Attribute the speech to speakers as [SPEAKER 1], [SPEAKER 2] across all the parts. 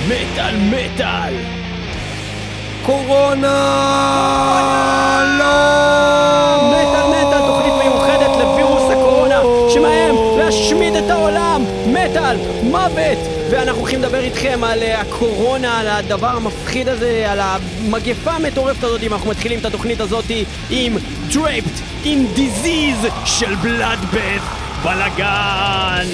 [SPEAKER 1] מטל מטל קורונה לא
[SPEAKER 2] מטל מטל, תוכנית מיוחדת לווירוס הקורונה שמאיים להשמיד את העולם. מטל, מוות. ואנחנו הולכים לדבר איתכם על הקורונה, על הדבר המפחיד הזה, על המגפה המטורפת הזאת. אנחנו מתחילים את התוכנית הזאת עם Draped in Disease של Bloodbath. בלגן.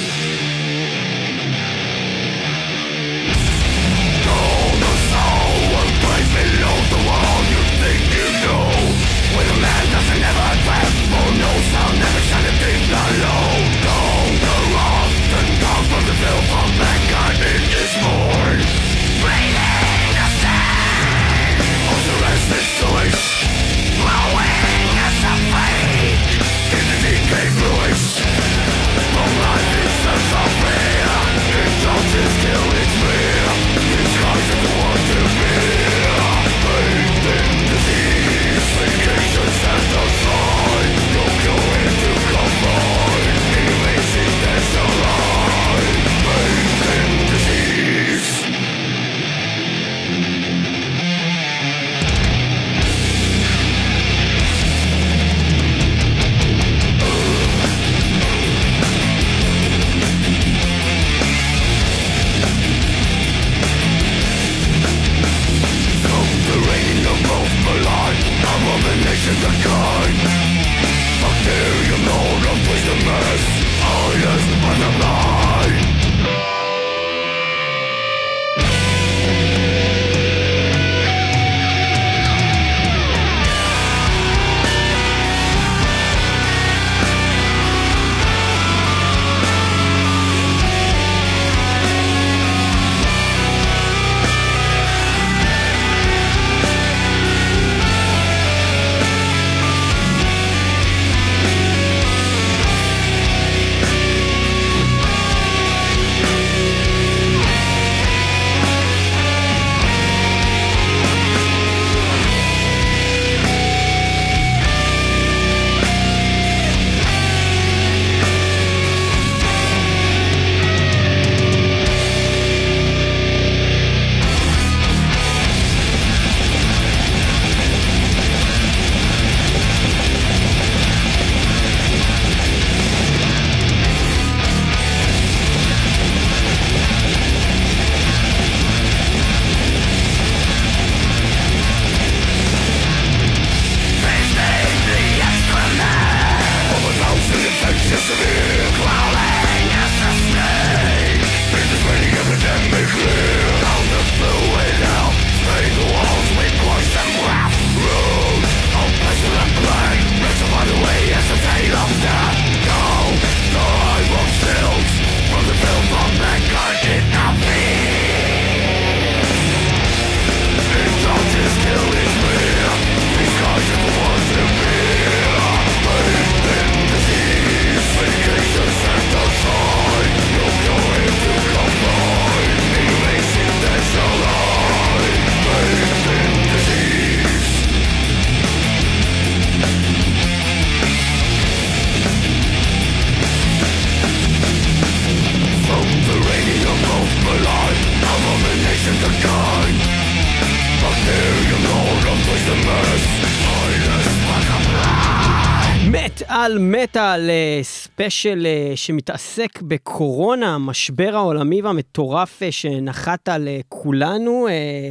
[SPEAKER 2] על מטל, ספיישל שמתעסק בקורונה, המשבר העולמי והמטורף שנחת על כולנו,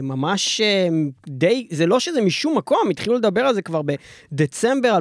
[SPEAKER 2] ממש די, זה לא שזה משום מקום, התחילו לדבר על זה כבר בדצמבר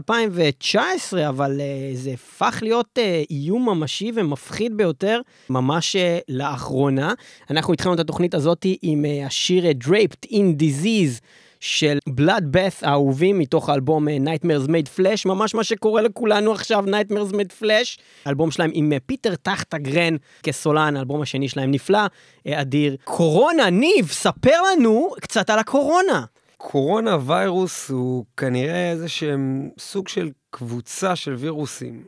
[SPEAKER 2] 2019, אבל זה הפך להיות איום ממשי ומפחיד ביותר, ממש לאחרונה. אנחנו התחלנו את התוכנית הזאת עם השיר Draped in Disease, של Bloodbath האהובים מתוך האלבום Nightmares Made Flesh, ממש מה שקורה לכולנו עכשיו, Nightmares Made Flesh, האלבום שלהם עם פיטר טחטגרן כסולן, האלבום השני שלהם נפלא, אדיר. קורונה, ניב, ספר לנו קצת על הקורונה.
[SPEAKER 3] קורונה ויירוס הוא כנראה איזה שהם סוג של קבוצה של וירוסים.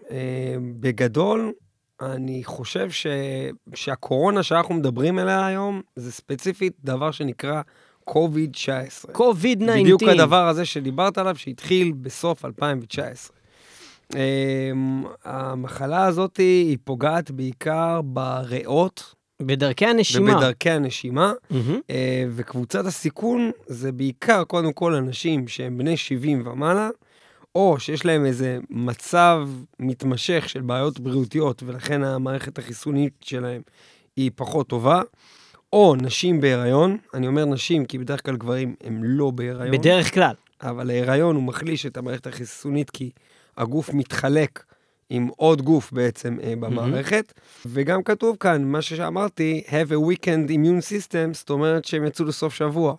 [SPEAKER 3] בגדול, אני חושב שהקורונה שאנחנו מדברים עליה היום, זה ספציפית דבר שנקרא COVID-19.
[SPEAKER 2] COVID-19.
[SPEAKER 3] בדיוק הדבר הזה שדיברת עליו, שהתחיל בסוף 2019. המחלה הזאת היא פוגעת בעיקר בריאות
[SPEAKER 2] בדרכי הנשימה.
[SPEAKER 3] ובדרכי הנשימה, וקבוצת הסיכון זה בעיקר, קודם כל, אנשים שהם בני 70 ומעלה, או שיש להם איזה מצב מתמשך של בעיות בריאותיות, ולכן המערכת החיסונית שלהם היא פחות טובה, או נשים בהיריון, אני אומר נשים, כי בדרך כלל גברים הם לא בהיריון.
[SPEAKER 2] בדרך כלל.
[SPEAKER 3] אבל ההיריון הוא מחליש את המערכת החיסונית, כי הגוף מתחלק עם עוד גוף בעצם במערכת, וגם כתוב כאן, מה שאמרתי, have a weekend immune system, זאת אומרת שהם יצאו לסוף שבוע.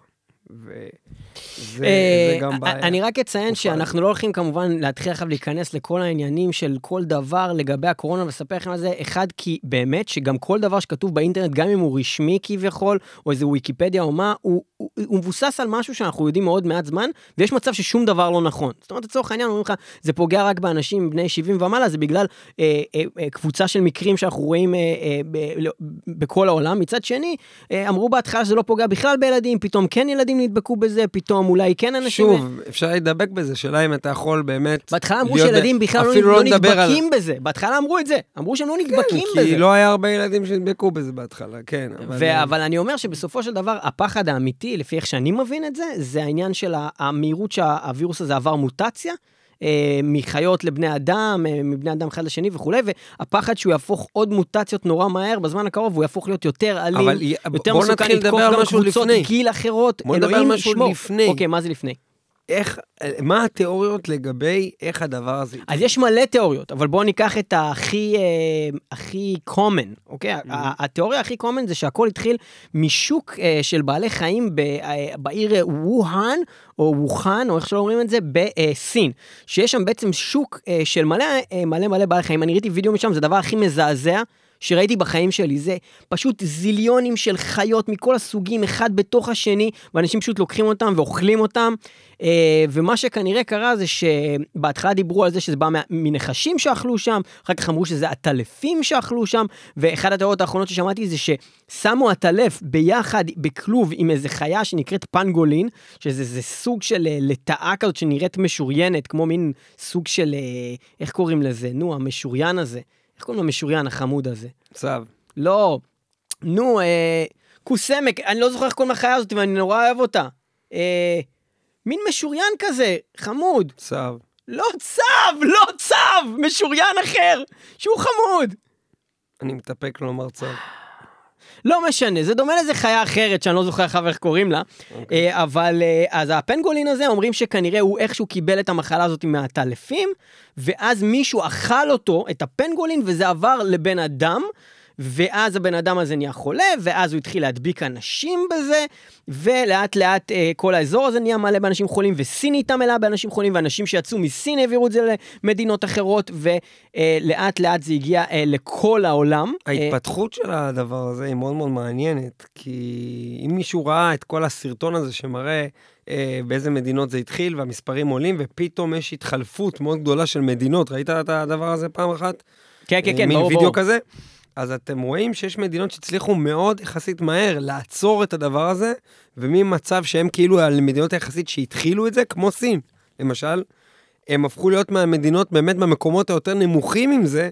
[SPEAKER 3] וזה גם בעיה.
[SPEAKER 2] אני רק אציין שאנחנו לא הולכים כמובן להתחיל עכשיו להיכנס לכל העניינים של כל דבר לגבי הקורונה ולספר לכם על זה, אחד כי באמת שגם כל דבר שכתוב באינטרנט, גם אם הוא רשמי כביכול, או איזה ויקיפדיה או מה, הוא מבוסס על משהו שאנחנו יודעים מאוד מעט זמן, ויש מצב ששום דבר לא נכון. זאת אומרת, לצורך העניין, אומרים לך, זה פוגע רק באנשים בני 70 ומעלה, זה בגלל קבוצה של מקרים שאנחנו רואים בכל העולם. מצד שני, אמרו בהתחלה שזה לא פוגע בכלל בילדים, פתאום כן ילדים נדבקו בזה, פתאום אולי כן אנשים...
[SPEAKER 3] שוב, אפשר להידבק בזה, שאלה אם אתה יכול באמת...
[SPEAKER 2] בהתחלה אמרו שילדים בכלל לא נדבקים בזה, בהתחלה אמרו את זה, אמרו שהם לא נדבקים בזה.
[SPEAKER 3] כי לא היה הרבה ילדים שנדבקו בזה בהתחלה, כן.
[SPEAKER 2] אבל אני אומר שבסופו של דבר, הפחד האמיתי, לפי איך שאני מבין את זה, זה העניין של המהירות שהווירוס הזה עבר מוטציה, מחיות לבני אדם, מבני אדם אחד לשני וכו', והפחד שהוא יהפוך עוד מוטציות נורא מהר, בזמן הקרוב הוא יהפוך להיות יותר אלים, יותר מסוכן, לתקוף גם קבוצות גיל אחרות, אלוהים ישמור. אוקיי, מה זה לפני?
[SPEAKER 3] מה התיאוריות לגבי איך הדבר הזה?
[SPEAKER 2] אז יש מלא תיאוריות, אבל בואו ניקח את הכי common, אוקיי? התיאוריה הכי common זה שהכל התחיל משוק של בעלי חיים בעיר ווהאן, או ווחן, או איך שלא אומרים את זה, בסין. שיש שם בעצם שוק של מלא בעלי חיים. אני ראיתי וידאו משם, זה הדבר הכי מזעזע שראיתי בחיים שלי, זה פשוט זיליונים של חיות מכל הסוגים, אחד בתוך השני, ואנשים פשוט לוקחים אותם ואוכלים אותם, ומה שכנראה קרה זה שבהתחלה דיברו על זה שזה בא מנחשים שאכלו שם, אחר כך אמרו שזה עטלפים שאכלו שם, ואחת התיאוריות האחרונות ששמעתי זה ששמו עטלף ביחד בכלוב עם איזה חיה שנקראת פנגולין, שזה סוג של לטאה כזאת שנראית משוריינת, כמו מין סוג של, איך קוראים לזה? נו, המשוריין הזה. איך קוראים למשוריין החמוד הזה?
[SPEAKER 3] צב.
[SPEAKER 2] לא, נו, קוסמק, אני לא זוכר איך קוראים לחיה הזאת, ואני נורא אוהב אותה. מין משוריין כזה, חמוד.
[SPEAKER 3] צב.
[SPEAKER 2] לא צב, משוריין אחר, שהוא חמוד.
[SPEAKER 3] אני מתאפק לומר צב.
[SPEAKER 2] לא משנה, זה דומה לזה חיה אחרת שאני לא זוכר איך קוראים לה, אבל אז הפנגולין הזה אומרים שכנראה הוא איכשהו קיבל את המחלה הזאת מהטלפים, ואז מישהו אכל אותו, את הפנגולין, וזה עבר לבן אדם, ואז הבן אדם הזה נהיה חולה, ואז הוא התחיל להדביק אנשים בזה, ולאט לאט כל האזור הזה נהיה מלא באנשים חולים, וסין איתה מלאה באנשים חולים, ואנשים שיצאו מסין העבירו את זה למדינות אחרות, ולאט לאט זה הגיע לכל העולם.
[SPEAKER 3] ההתפתחות של הדבר הזה היא מאוד מאוד מעניינת, כי אם מישהו ראה את כל הסרטון הזה שמראה באיזה מדינות זה התחיל, והמספרים עולים, ופתאום יש התחלפות מאוד גדולה של מדינות, ראית את הדבר הזה פעם אחת?
[SPEAKER 2] כן,
[SPEAKER 3] מין וידאו כזה? אז אתם רואים שיש מדינות שהצליחו מאוד יחסית מהר לעצור את הדבר הזה, וממצב שהם כאילו על מדינות היחסית שהתחילו את זה, כמו סין, למשל, הם הפכו להיות מהמדינות באמת במקומות היותר נמוכים עם זה,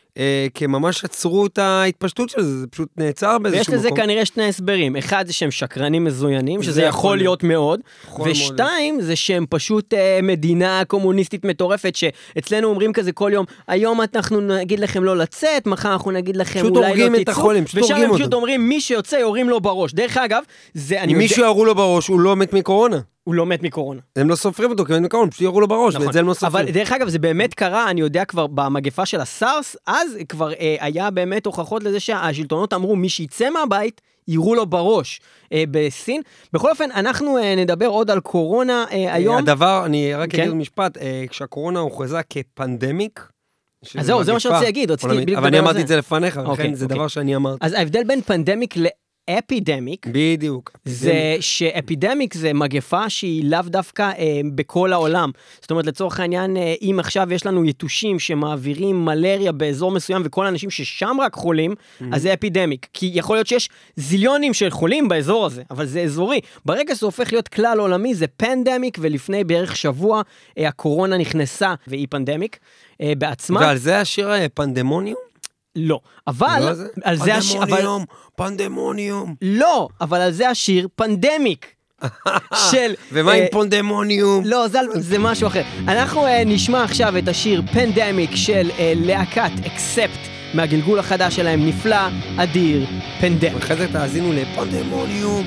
[SPEAKER 3] כי ממש עצרו את ההתפשטות של זה, זה פשוט נעצר באיזשהו מקום.
[SPEAKER 2] ויש לזה כנראה שני הסברים, אחד זה שהם שקרנים מזוינים, שזה יכול להיות מאוד, ושתיים זה שהם פשוט מדינה קומוניסטית מטורפת, שאצלנו אומרים כזה כל יום, היום אנחנו נגיד לכם לא לצאת, מחר אנחנו נגיד לכם אולי לא תצאו, ושם הם פשוט אומרים, מי שיוצא יורים לו בראש. דרך אגב,
[SPEAKER 3] אם מישהו ירו לו בראש, הוא לא מת מקורונה.
[SPEAKER 2] הוא לא מת מקורונה.
[SPEAKER 3] הם לא סופרים אותו, כי הם מקורונה, פשוט ירו לו בראש, ואת זה הם לא סופרים.
[SPEAKER 2] אבל דרך אגב, זה באמת קרה, אני יודע כבר במגפה של הסארס, אז כבר היה באמת הוכחות לזה שהשלטונות אמרו, מי שיצא מהבית, ירו לו בראש בסין. בכל אופן, אנחנו נדבר עוד על קורונה היום.
[SPEAKER 3] הדבר, אני רק אגיד משפט, כשהקורונה הוכרזה כפנדמיק,
[SPEAKER 2] אז זהו, זה מה שרציתי להגיד.
[SPEAKER 3] אבל אני אמרתי את זה לפניך, לכן זה דבר שאני אמרתי.
[SPEAKER 2] אז ההבדל בין פנדמיק אפידמיק,
[SPEAKER 3] בדיוק.
[SPEAKER 2] זה שאפידמיק זה מגפה שהיא לאו דווקא בכל העולם. זאת אומרת, לצורך העניין, אם עכשיו יש לנו יתושים שמעבירים מלריה באזור מסוים, וכל האנשים ששם רק חולים, אז זה אפידמיק. כי יכול להיות שיש זיליונים של חולים באזור הזה, אבל זה אזורי. ברגע שזה הופך להיות כלל עולמי, זה פנדמיק, ולפני בערך שבוע הקורונה נכנסה, והיא פנדמיק בעצמה.
[SPEAKER 3] ועל זה השיר פנדמוניום?
[SPEAKER 2] לא, אבל... על זה
[SPEAKER 3] פנדמוניום, פנדמוניום.
[SPEAKER 2] לא, אבל על זה השיר פנדמיק. של...
[SPEAKER 3] ומה עם פנדמוניום?
[SPEAKER 2] לא, זה משהו אחר. אנחנו נשמע עכשיו את השיר פנדמיק של להקת אקספט, מהגלגול החדש שלהם, נפלא, אדיר, פנדמיק.
[SPEAKER 3] אחרי זה תאזינו לפנדמוניום.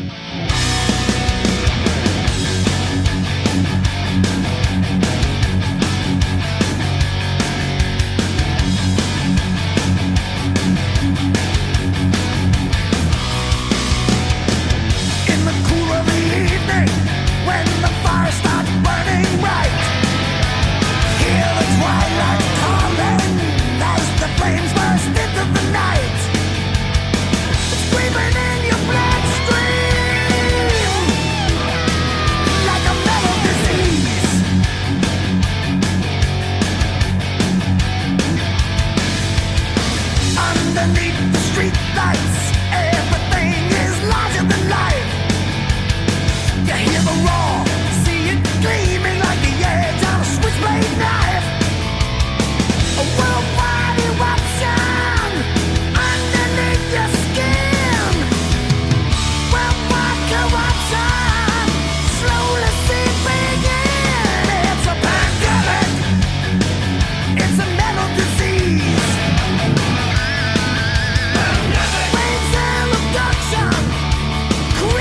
[SPEAKER 4] Queen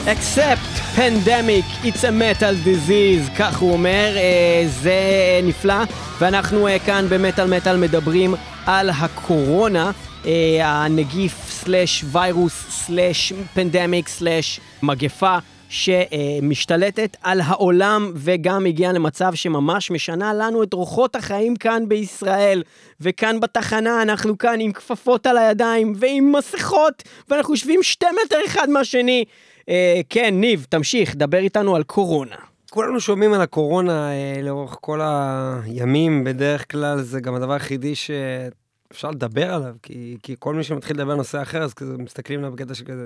[SPEAKER 2] Except pandemic, it's a metal disease, כך הוא אומר, זה נפלא, ואנחנו כאן במטל מטל מדברים על הקורונה, הנגיף סלש ויירוס סלש פנדמיק סלש מגפה שמשתלטת על העולם וגם הגיעה למצב שממש משנה לנו את רוחות החיים כאן בישראל, וכאן בתחנה אנחנו כאן עם כפפות על הידיים ועם מסכות ואנחנו יושבים 2 מטר אחד מהשני. כן, ניב, תמשיך, דבר איתנו על קורונה.
[SPEAKER 3] כולנו שומעים על הקורונה לאורך כל הימים, בדרך כלל זה גם הדבר היחידי שאפשר לדבר עליו, כי כל מי שמתחיל לדבר על נושא אחר, אז כזה מסתכלים עליו בקטע שכזה,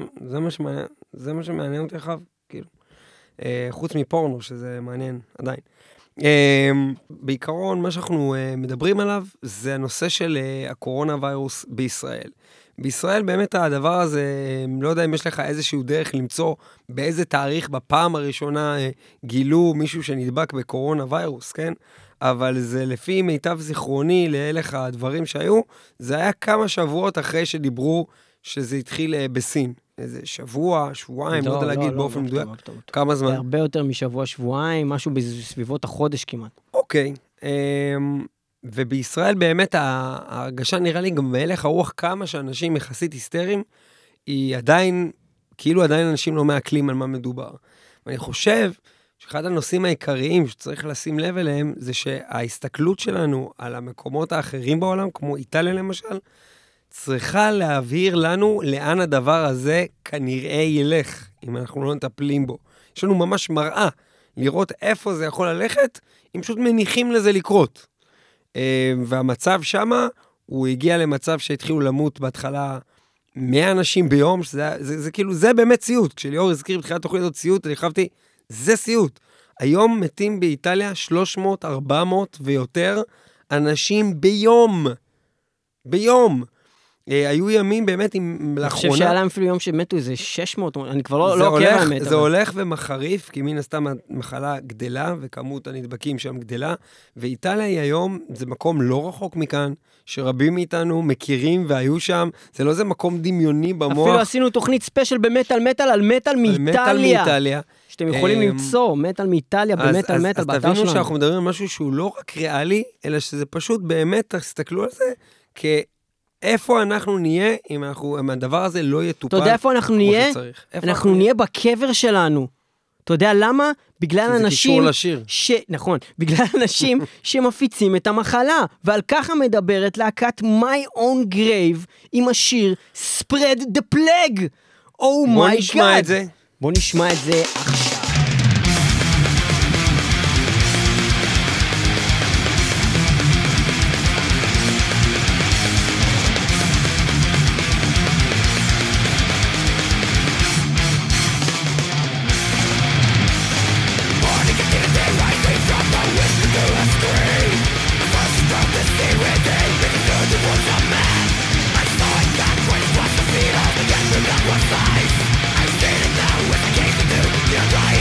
[SPEAKER 3] זה מה שמעניין אותי אחר, כאילו. חוץ מפורנו, שזה מעניין עדיין. בעיקרון, מה שאנחנו מדברים עליו, זה הנושא של הקורונה ויירוס בישראל. בישראל באמת הדבר הזה, לא יודע אם יש לך איזשהו דרך למצוא באיזה תאריך בפעם הראשונה גילו מישהו שנדבק בקורונה ויירוס, כן? אבל זה לפי מיטב זיכרוני להלך הדברים שהיו, זה היה כמה שבועות אחרי שדיברו שזה התחיל בסין. איזה שבוע, שבועיים, לא יודע להגיד באופן מדויק. כמה זמן?
[SPEAKER 2] הרבה יותר משבוע, שבועיים, משהו בסביבות החודש כמעט.
[SPEAKER 3] אוקיי. ובישראל באמת ההרגשה נראה לי גם בהלך הרוח כמה שאנשים יחסית היסטריים, היא עדיין, כאילו עדיין אנשים לא מעכלים על מה מדובר. ואני חושב שאחד הנושאים העיקריים שצריך לשים לב אליהם, זה שההסתכלות שלנו על המקומות האחרים בעולם, כמו איטליה למשל, צריכה להבהיר לנו לאן הדבר הזה כנראה ילך, אם אנחנו לא נטפלים בו. יש לנו ממש מראה לראות איפה זה יכול ללכת, אם פשוט מניחים לזה לקרות. והמצב שמה, הוא הגיע למצב שהתחילו למות בהתחלה 100 אנשים ביום, זה כאילו, זה באמת סיוט. כשליאור הזכיר בתחילת תוכנית עוד סיוט, אני חשבתי, זה סיוט. היום מתים באיטליה 300, 400 ויותר אנשים ביום. ביום. היו ימים באמת עם לאחרונה.
[SPEAKER 2] אני חושב שהיה להם אפילו יום שמתו איזה 600, אני כבר לא עוקב האמת.
[SPEAKER 3] זה הולך ומחריף, כי מן הסתם המחלה גדלה, וכמות הנדבקים שם גדלה, ואיטליה היא היום, זה מקום לא רחוק מכאן, שרבים מאיתנו מכירים והיו שם, זה לא זה מקום דמיוני במוח.
[SPEAKER 2] אפילו עשינו תוכנית ספיישל במטל מטל על מטל מאיטליה. שאתם יכולים למצוא, מטל מאיטליה במטל מטל באתר שלנו.
[SPEAKER 3] אז תבינו שאנחנו מדברים על משהו שהוא לא רק ריאלי, אלא שזה פשוט באמת, תסתכלו על זה, איפה אנחנו נהיה אם הדבר הזה לא יטופל?
[SPEAKER 2] אתה יודע איפה אנחנו נהיה? אנחנו נהיה בקבר שלנו. אתה יודע למה? בגלל אנשים... זה קישור
[SPEAKER 3] לשיר.
[SPEAKER 2] נכון, בגלל אנשים שמפיצים את המחלה. ועל ככה מדברת להקת My Own Grave עם השיר Spread the Plague. Oh my God.
[SPEAKER 3] בוא נשמע את זה.
[SPEAKER 2] בוא נשמע את זה עכשיו.
[SPEAKER 4] What's life? I stated now with the case to do. You're right.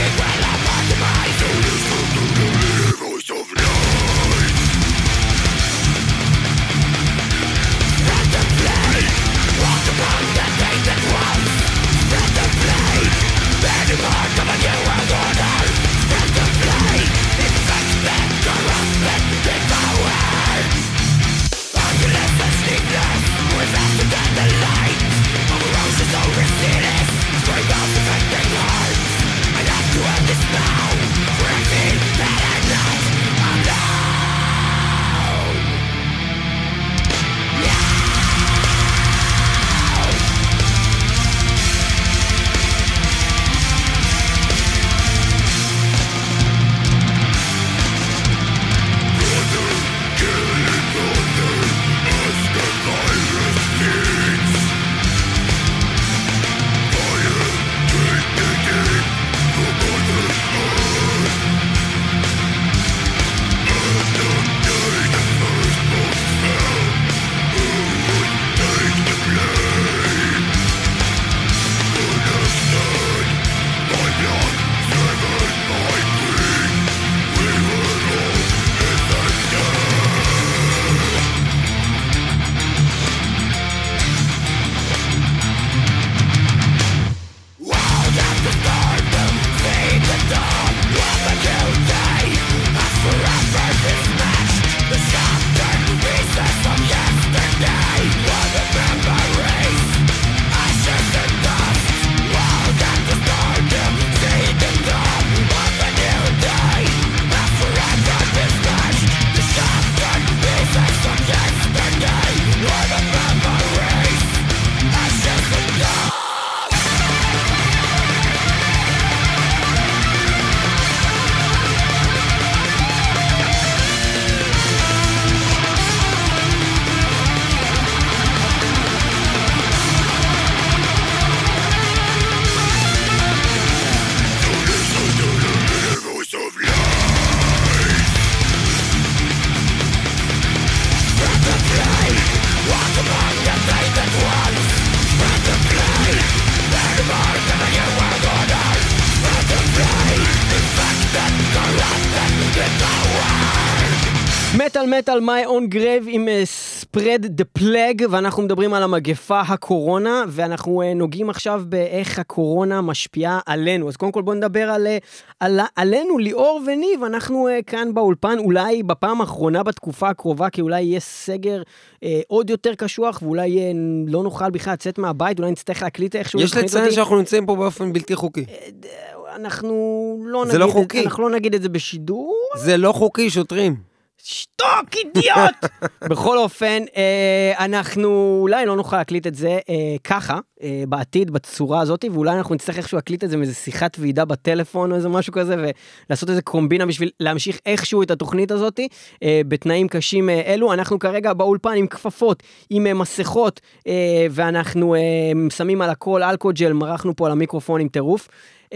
[SPEAKER 2] מטל מטל my own grave עם spread the plague, ואנחנו מדברים על המגפה הקורונה, ואנחנו נוגעים עכשיו באיך הקורונה משפיעה עלינו. אז קודם כל בואו נדבר עלינו, ליאור וניב. אנחנו כאן באולפן, אולי בפעם האחרונה בתקופה הקרובה, כי אולי יהיה סגר עוד יותר קשוח, ואולי לא נוכל בכלל לצאת מהבית, אולי נצטרך להקליט איכשהו.
[SPEAKER 3] יש לציין שאנחנו נמצאים פה באופן בלתי חוקי.
[SPEAKER 2] אנחנו לא
[SPEAKER 3] זה לא חוקי.
[SPEAKER 2] אנחנו לא נגיד את זה בשידור.
[SPEAKER 3] זה לא חוקי, שוטרים.
[SPEAKER 2] שתוק, אידיוט! בכל אופן, אנחנו אולי לא נוכל להקליט את זה ככה, בעתיד, בצורה הזאת, ואולי אנחנו נצטרך איכשהו להקליט את זה מאיזה שיחת ועידה בטלפון או איזה משהו כזה, ולעשות איזה קומבינה בשביל להמשיך איכשהו את התוכנית הזאת, בתנאים קשים אלו. אנחנו כרגע באולפן עם כפפות, עם מסכות, ואנחנו שמים על הכל אלכוג'ל, מרחנו פה על המיקרופון עם טירוף,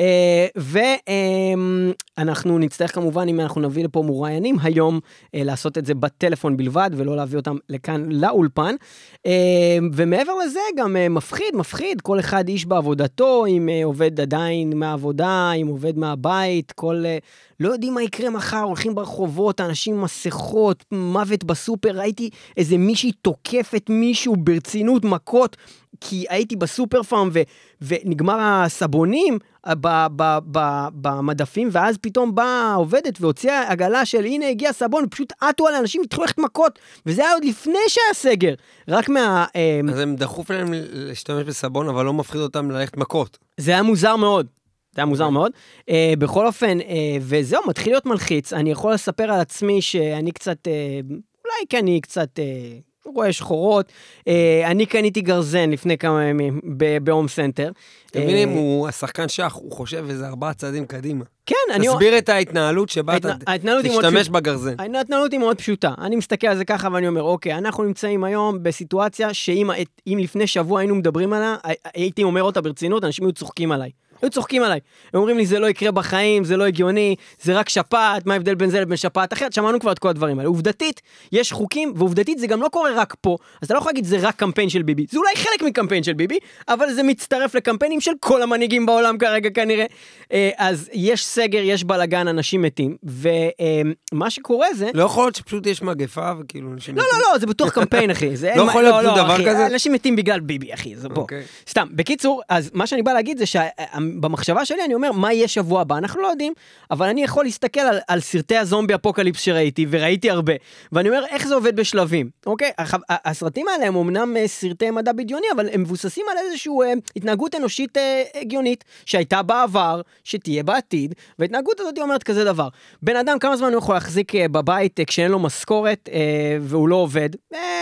[SPEAKER 2] ואנחנו נצטרך כמובן, אם אנחנו נביא לפה מוראיינים היום, לעשות את זה בטלפון בלבד, ולא להביא אותם לכאן לאולפן. ומעבר לזה גם מפחיד, כל אחד איש בעבודתו, אם עובד עדיין מהעבודה, אם עובד מהבית, לא יודעים מה יקרה מחר, הולכים ברחובות, אנשים עם מסכות, מוות בסופר, ראיתי איזה מישהי תוקפת מישהו ברצינות, מכות, כי הייתי בסופר פארם ונגמר הסבונים במדפים, ואז פתאום באה עובדת והוציאה עגלה של הנה הגיע סבון, ופשוט עטו על האנשים, התחילו ללכת מכות, וזה היה עוד לפני שהיה סגר, רק
[SPEAKER 3] אז הם דחוף להם להשתמש בסבון, אבל לא מפחיד אותם ללכת מכות.
[SPEAKER 2] זה היה מוזר מאוד. זה היה מוזר מאוד. בכל אופן, וזהו, מתחיל להיות מלחיץ. אני יכול לספר על עצמי שאני קצת, אולי כי אני קצת רואה שחורות. אני קניתי גרזן לפני כמה ימים בהום סנטר.
[SPEAKER 3] אתם מבינים, הוא השחקן שח, הוא חושב איזה 4 צעדים קדימה.
[SPEAKER 2] כן,
[SPEAKER 3] תסביר את ההתנהלות שבה אתה תשתמש בגרזן.
[SPEAKER 2] ההתנהלות היא מאוד פשוטה. אני מסתכל על זה ככה ואני אומר, אוקיי, אנחנו נמצאים היום בסיטואציה שאם לפני שבוע היינו מדברים עליה, הייתי אומר אותה ברצינות, אנשים היו צוחקים עליי. היו צוחקים עליי. הם אומרים לי, זה לא יקרה בחיים, זה לא הגיוני, זה רק שפעת, מה ההבדל בין זה לבין שפעת אחרת? שמענו כבר את כל הדברים האלה. עובדתית, יש חוקים, ועובדתית זה גם לא קורה רק פה, אז אתה לא יכול להגיד, זה רק קמפיין של ביבי. זה אולי חלק מקמפיין של ביבי, אבל זה מצטרף לקמפיינים של כל המנהיגים בעולם כרגע כנראה. אז יש סגר, יש בלגן, אנשים מתים, ומה שקורה זה...
[SPEAKER 3] לא יכול להיות שפשוט יש מגפה וכאילו אנשים מתים.
[SPEAKER 2] לא, זה בטוח קמפיין, אחי.
[SPEAKER 3] לא יכול להיות דבר כזה?
[SPEAKER 2] אנשים מתים בגלל ביבי, אחי, זה פה. סתם, בקיצור, אז מה שאני בא להגיד זה במחשבה שלי אני אומר, מה יהיה שבוע הבא? אנחנו לא יודעים, אבל אני יכול להסתכל על סרטי הזומבי אפוקליפס שראיתי, וראיתי הרבה, ואני אומר, איך זה עובד בשלבים? אוקיי? הסרטים האלה הם אמנם סרטי מדע בדיוני, אבל הם מבוססים על איזושהי התנהגות אנושית הגיונית, שהייתה בעבר, שתהיה בעתיד, וההתנהגות הזאת אומרת כזה דבר. בן אדם, כמה זמן הוא יכול להחזיק בבית כשאין לו משכורת, והוא לא עובד?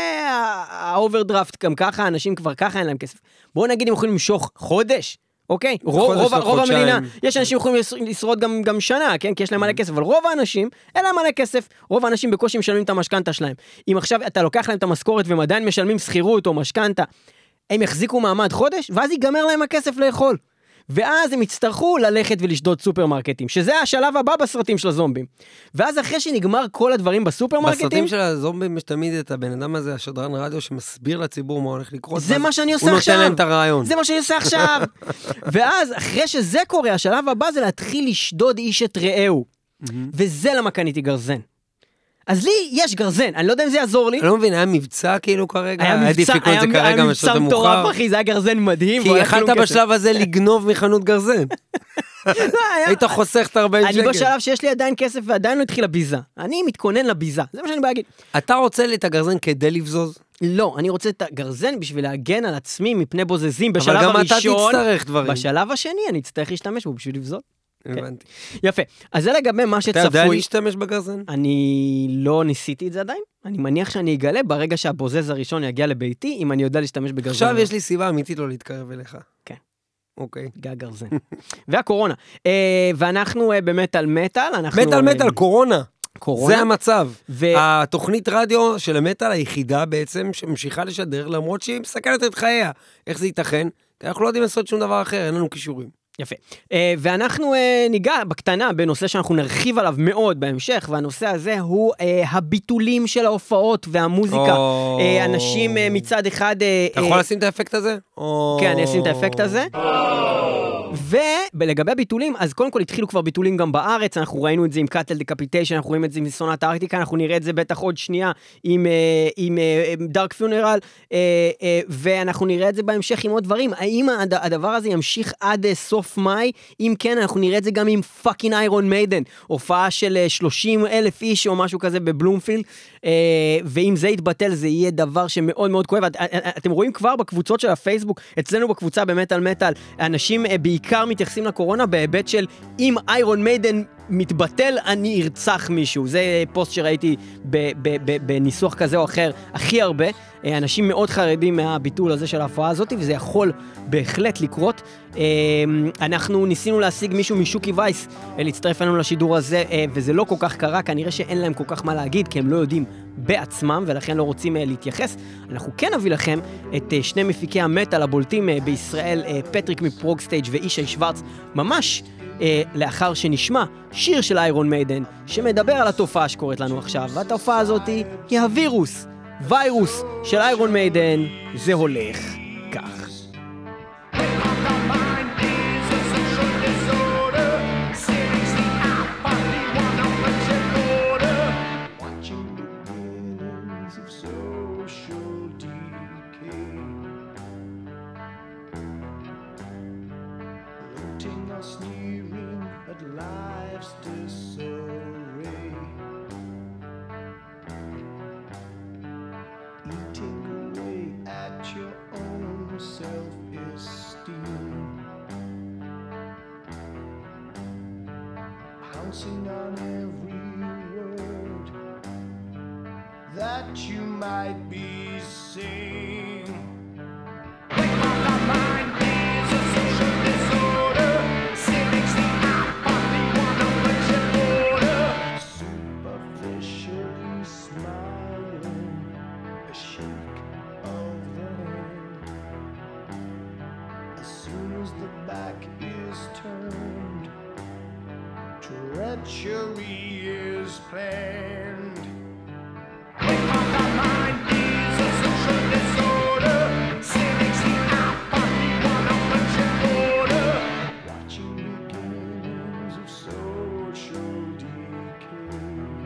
[SPEAKER 2] האוברדרפט גם ככה, אנשים כבר ככה אין להם כסף. בואו נגיד, הם יכולים למשוך חודש. אוקיי? רוב המדינה, יש אנשים יכולים לשרוד גם שנה, כן? כי יש להם מלא כסף, אבל רוב האנשים, אין להם מלא כסף, רוב האנשים בקושי משלמים את המשכנתה שלהם. אם עכשיו אתה לוקח להם את המשכורת והם עדיין משלמים שכירות או משכנתה, הם יחזיקו מעמד חודש, ואז ייגמר להם הכסף לאכול. ואז הם יצטרכו ללכת ולשדוד סופרמרקטים, שזה השלב הבא בסרטים של הזומבים. ואז אחרי שנגמר כל הדברים בסופרמרקטים...
[SPEAKER 3] בסרטים של הזומבים יש תמיד את הבן אדם הזה, השדרן רדיו, שמסביר לציבור מה הולך לקרות.
[SPEAKER 2] זה מה שאני עושה עכשיו.
[SPEAKER 3] הוא נותן להם את הרעיון.
[SPEAKER 2] זה מה שאני עושה עכשיו. ואז אחרי שזה קורה, השלב הבא זה להתחיל לשדוד איש את רעהו. וזה למה קניתי גרזן. אז לי יש גרזן, אני לא יודע אם זה יעזור לי.
[SPEAKER 3] אני לא מבין, היה מבצע כאילו כרגע?
[SPEAKER 2] היה מבצע מטורף, אחי, זה היה גרזן מדהים.
[SPEAKER 3] כי יכלת בשלב הזה לגנוב מחנות גרזן. היית חוסך את 40 שקל.
[SPEAKER 2] אני בשלב שיש לי עדיין כסף ועדיין לא התחיל לביזה. אני מתכונן לביזה, זה מה שאני בא להגיד.
[SPEAKER 3] אתה רוצה את הגרזן כדי לבזוז?
[SPEAKER 2] לא, אני רוצה את הגרזן בשביל להגן על עצמי מפני בוזזים בשלב הראשון.
[SPEAKER 3] אבל גם אתה תצטרך דברים.
[SPEAKER 2] בשלב השני אני אצטרך להשתמש בו בשביל לבזוז.
[SPEAKER 3] הבנתי.
[SPEAKER 2] יפה. אז זה לגבי מה שצפוי.
[SPEAKER 3] אתה יודע להשתמש בגרזן?
[SPEAKER 2] אני לא ניסיתי את זה עדיין. אני מניח שאני אגלה ברגע שהבוזז הראשון יגיע לביתי, אם אני יודע להשתמש בגרזן.
[SPEAKER 3] עכשיו יש לי סיבה אמיתית לא להתקרב אליך.
[SPEAKER 2] כן.
[SPEAKER 3] אוקיי.
[SPEAKER 2] גרזן. והקורונה. ואנחנו במטל מטל.
[SPEAKER 3] מטל, קורונה.
[SPEAKER 2] קורונה.
[SPEAKER 3] זה המצב. התוכנית רדיו של המטל היחידה בעצם שממשיכה לשדר, למרות שהיא מסכנת את חייה. איך זה ייתכן? כי אנחנו לא יודעים לעשות שום דבר אחר, אין לנו קישורים.
[SPEAKER 2] יפה. ואנחנו ניגע בקטנה בנושא שאנחנו נרחיב עליו מאוד בהמשך, והנושא הזה הוא הביטולים של ההופעות והמוזיקה. אנשים מצד אחד...
[SPEAKER 3] אתה יכול לשים את האפקט הזה?
[SPEAKER 2] כן, אני אשים את האפקט הזה. ולגבי ביטולים, אז קודם כל התחילו כבר ביטולים גם בארץ, אנחנו ראינו את זה עם קאטל דקפיטיישן, אנחנו רואים את זה עם סונת הארקטיקה, אנחנו נראה את זה בטח עוד שנייה עם דארק פיונרל, ואנחנו נראה את זה בהמשך עם עוד דברים. האם הדבר הזה ימשיך עד סוף מאי? אם כן, אנחנו נראה את זה גם עם פאקינג איירון מיידן, הופעה של 30,000 איש או משהו כזה בבלומפילד, ואם זה יתבטל, זה יהיה דבר שמאוד מאוד כואב. אתם רואים כבר בקבוצות של הפייסבוק, אצלנו בקבוצה במטל מטל, אנשים בעיקר מתייחסים לקורונה בהיבט של אם איירון מיידן מתבטל, אני ארצח מישהו. זה פוסט שראיתי בניסוח כזה או אחר הכי הרבה. אנשים מאוד חרדים מהביטול הזה של ההופעה הזאת, וזה יכול בהחלט לקרות. אנחנו ניסינו להשיג מישהו משוקי וייס להצטרף לנו לשידור הזה, וזה לא כל כך קרה, כנראה שאין להם כל כך מה להגיד, כי הם לא יודעים בעצמם, ולכן לא רוצים להתייחס. אנחנו כן נביא לכם את שני מפיקי המטל הבולטים בישראל, פטריק מפרוגסטייג' ואישי שוורץ, ממש לאחר שנשמע שיר של איירון מיידן, שמדבר על התופעה שקורית לנו עכשיו, והתופעה הזאת היא הווירוס, ויירוס של איירון מיידן. זה הולך כך.
[SPEAKER 4] Pouncing on every word that you might be saying. Wake up, my mind is a social disorder. Seriously, I'm only one of a chip order. Superficially smiling, a shake of the hand. As soon as the back is turned, treachery is planned. Wake up, my mind is a social disorder. Seriously, I'm only one of a chip order. Watching beginnings of social decay,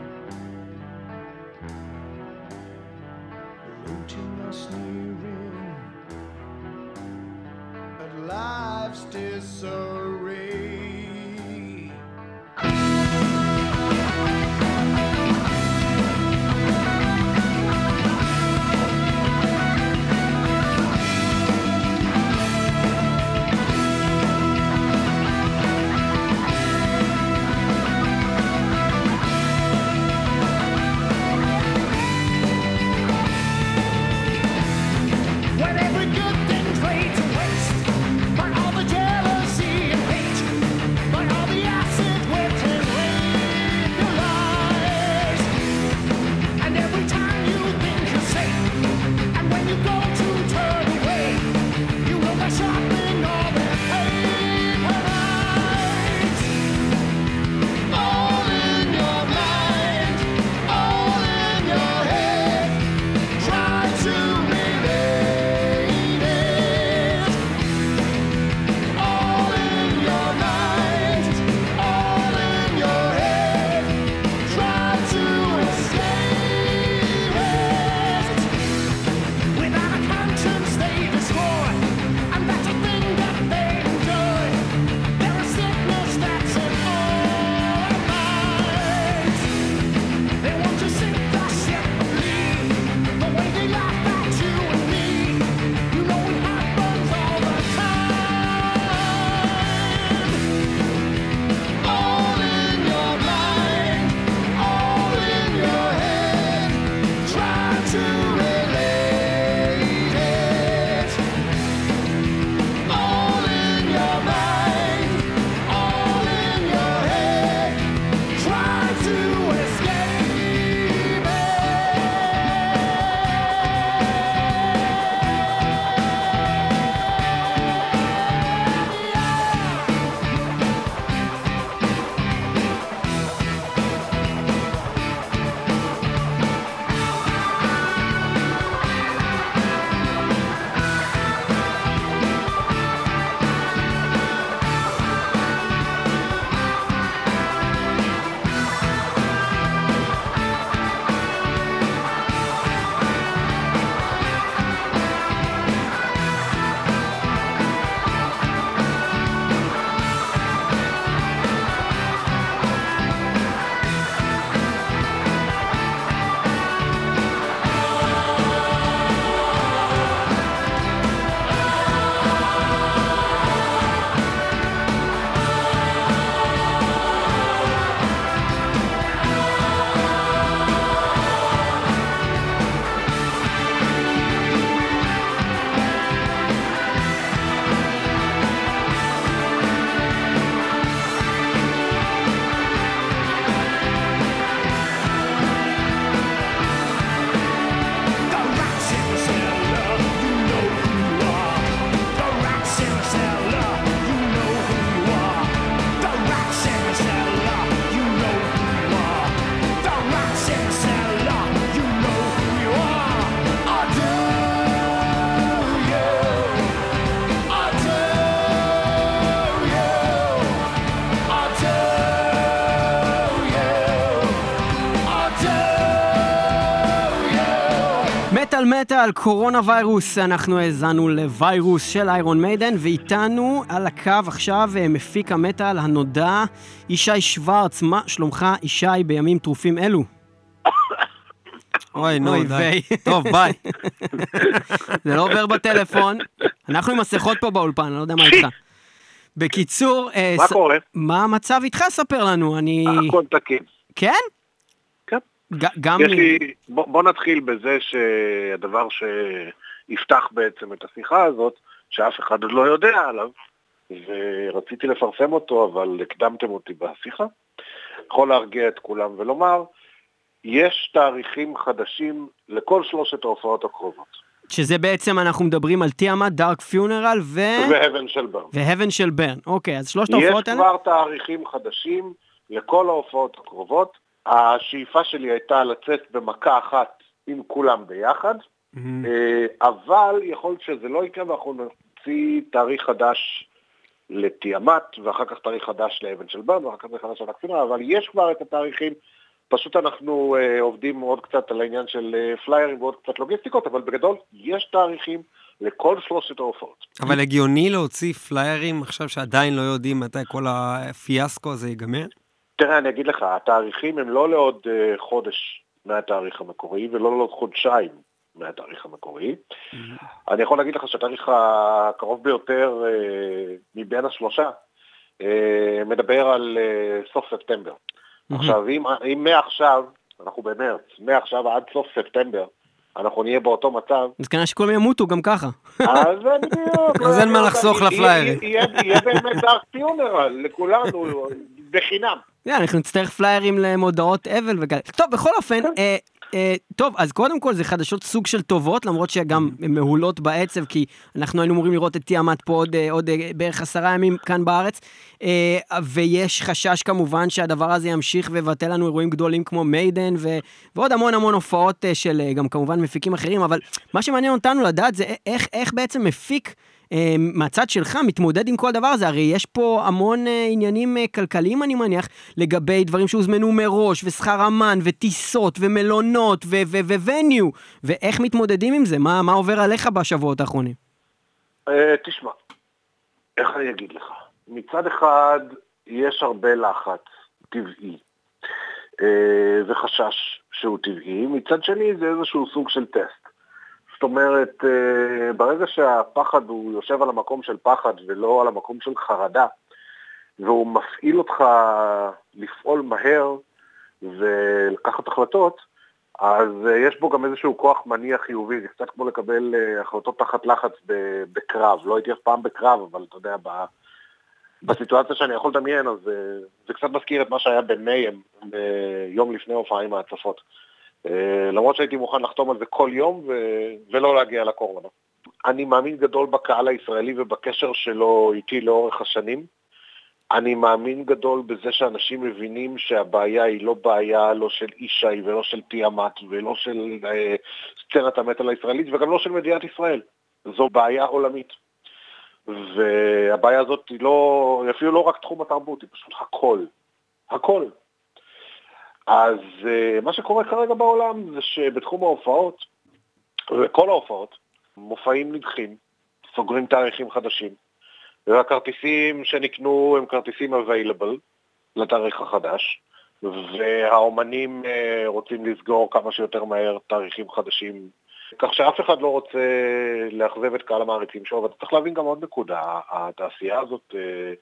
[SPEAKER 4] looting or sneering at life's disarray. When every good thing's laid to waste by all the jealousy and hate,
[SPEAKER 2] מטל מטל, קורונה ויירוס, אנחנו האזנו לווירוס של איירון מיידן, ואיתנו על הקו עכשיו מפיק המטל הנודע, ישי שוורץ. מה שלומך ישי בימים טרופים אלו?
[SPEAKER 3] אוי, נו, די. טוב, ביי.
[SPEAKER 2] זה לא עובר בטלפון, אנחנו עם מסכות פה באולפן, אני לא יודע מה איתך. בקיצור,
[SPEAKER 5] מה קורה?
[SPEAKER 2] מה המצב איתך? ספר לנו, אני...
[SPEAKER 5] הכל תקין.
[SPEAKER 2] כן?
[SPEAKER 5] כן.
[SPEAKER 2] גם...
[SPEAKER 5] בוא נתחיל בזה שהדבר שיפתח בעצם את השיחה הזאת, שאף אחד עוד לא יודע עליו, ורציתי לפרסם אותו, אבל הקדמתם אותי בשיחה, יכול להרגיע את כולם ולומר, יש תאריכים חדשים לכל שלושת ההופעות הקרובות.
[SPEAKER 2] שזה בעצם אנחנו מדברים על תיאמת, דארק פיונרל
[SPEAKER 5] והבן של ברן.
[SPEAKER 2] והבן של ברן. אוקיי, אז שלושת ההופעות האלה?
[SPEAKER 5] יש כבר תאריכים חדשים לכל ההופעות הקרובות. השאיפה שלי הייתה לצאת במכה אחת עם כולם ביחד, אבל יכול להיות שזה לא יקרה, ואנחנו נוציא תאריך חדש לתיאמת, ואחר כך תאריך חדש לאבן של ברן, ואחר כך תאריך חדש לדארק פיונרל, אבל יש כבר את התאריכים. פשוט אנחנו עובדים עוד קצת על העניין של פליירים ועוד קצת לוגיסטיקות, אבל בגדול יש תאריכים לכל שלושת ההופעות.
[SPEAKER 3] אבל הגיוני להוציא פליירים עכשיו שעדיין לא יודעים מתי כל הפיאסקו הזה ייגמר?
[SPEAKER 5] תראה, אני אגיד לך, התאריכים הם לא לעוד חודש מהתאריך המקורי, ולא לעוד חודשיים מהתאריך המקורי. אני יכול להגיד לך שהתאריך הקרוב ביותר מבין השלושה מדבר על סוף ספטמבר. עכשיו, אם מעכשיו, אנחנו במרץ, מעכשיו עד סוף ספטמבר, אנחנו נהיה באותו מצב.
[SPEAKER 2] אז כנראה שכולם ימותו גם ככה.
[SPEAKER 5] אז בדיוק.
[SPEAKER 3] אז אין מה לחסוך לפליירים.
[SPEAKER 5] יהיה באמת דארק פיונרל לכולנו, בחינם.
[SPEAKER 2] אנחנו נצטרך פליירים למודעות אבל וכאלה. טוב, בכל אופן, טוב, אז קודם כל זה חדשות סוג של טובות, למרות שגם מהולות בעצב, כי אנחנו היינו אמורים לראות את תיאמת פה עוד בערך 10 ימים כאן בארץ, ויש חשש כמובן שהדבר הזה ימשיך ובטל לנו אירועים גדולים כמו מיידן, ועוד המון הופעות של גם כמובן מפיקים אחרים, אבל מה שמעניין אותנו לדעת זה איך בעצם מפיק מהצד שלך מתמודד עם כל דבר הזה. הרי יש פה המון עניינים כלכליים, אני מניח, לגבי דברים שהוזמנו מראש, ושכר אמן, וטיסות, ומלונות, ווניו, ואיך מתמודדים עם זה? מה עובר עליך בשבועות האחרונים?
[SPEAKER 5] תשמע, איך אני אגיד לך? מצד אחד, יש הרבה לחץ טבעי, וחשש שהוא טבעי. מצד שני, זה איזשהו סוג של טסט. זאת אומרת, ברגע שהפחד הוא יושב על המקום של פחד ולא על המקום של חרדה, והוא מפעיל אותך לפעול מהר ולקחת החלטות, אז יש בו גם איזשהו כוח מניע חיובי. זה קצת כמו לקבל החלטות תחת לחץ בקרב. לא הייתי אף פעם בקרב, אבל אתה יודע, בסיטואציה שאני יכול לדמיין, אז זה קצת מזכיר את מה שהיה במיים, יום לפני הופעה עם ההצפות. למרות שהייתי מוכן לחתום על זה כל יום ולא להגיע לקורונה. אני מאמין גדול בקהל הישראלי ובקשר שלו איתי לאורך השנים. אני מאמין גדול בזה שאנשים מבינים שהבעיה היא לא בעיה לא של אישי ולא של תיאמת ולא של סצנת המטל הישראלית וגם לא של מדינת ישראל. זו בעיה עולמית. והבעיה הזאת היא אפילו לא רק תחום התרבות, היא פשוט הכל. אז מה שקורה כרגע בעולם זה שבתחום ההופעות, וכל ההופעות, מופעים נדחים, סוגרים תאריכים חדשים, והכרטיסים שנקנו הם כרטיסים available לתאריך החדש, והאומנים רוצים לסגור כמה שיותר מהר תאריכים חדשים, כך שאף אחד לא רוצה לאכזב את קהל המעריצים שלו, ואתה צריך להבין גם עוד נקודה, התעשייה הזאת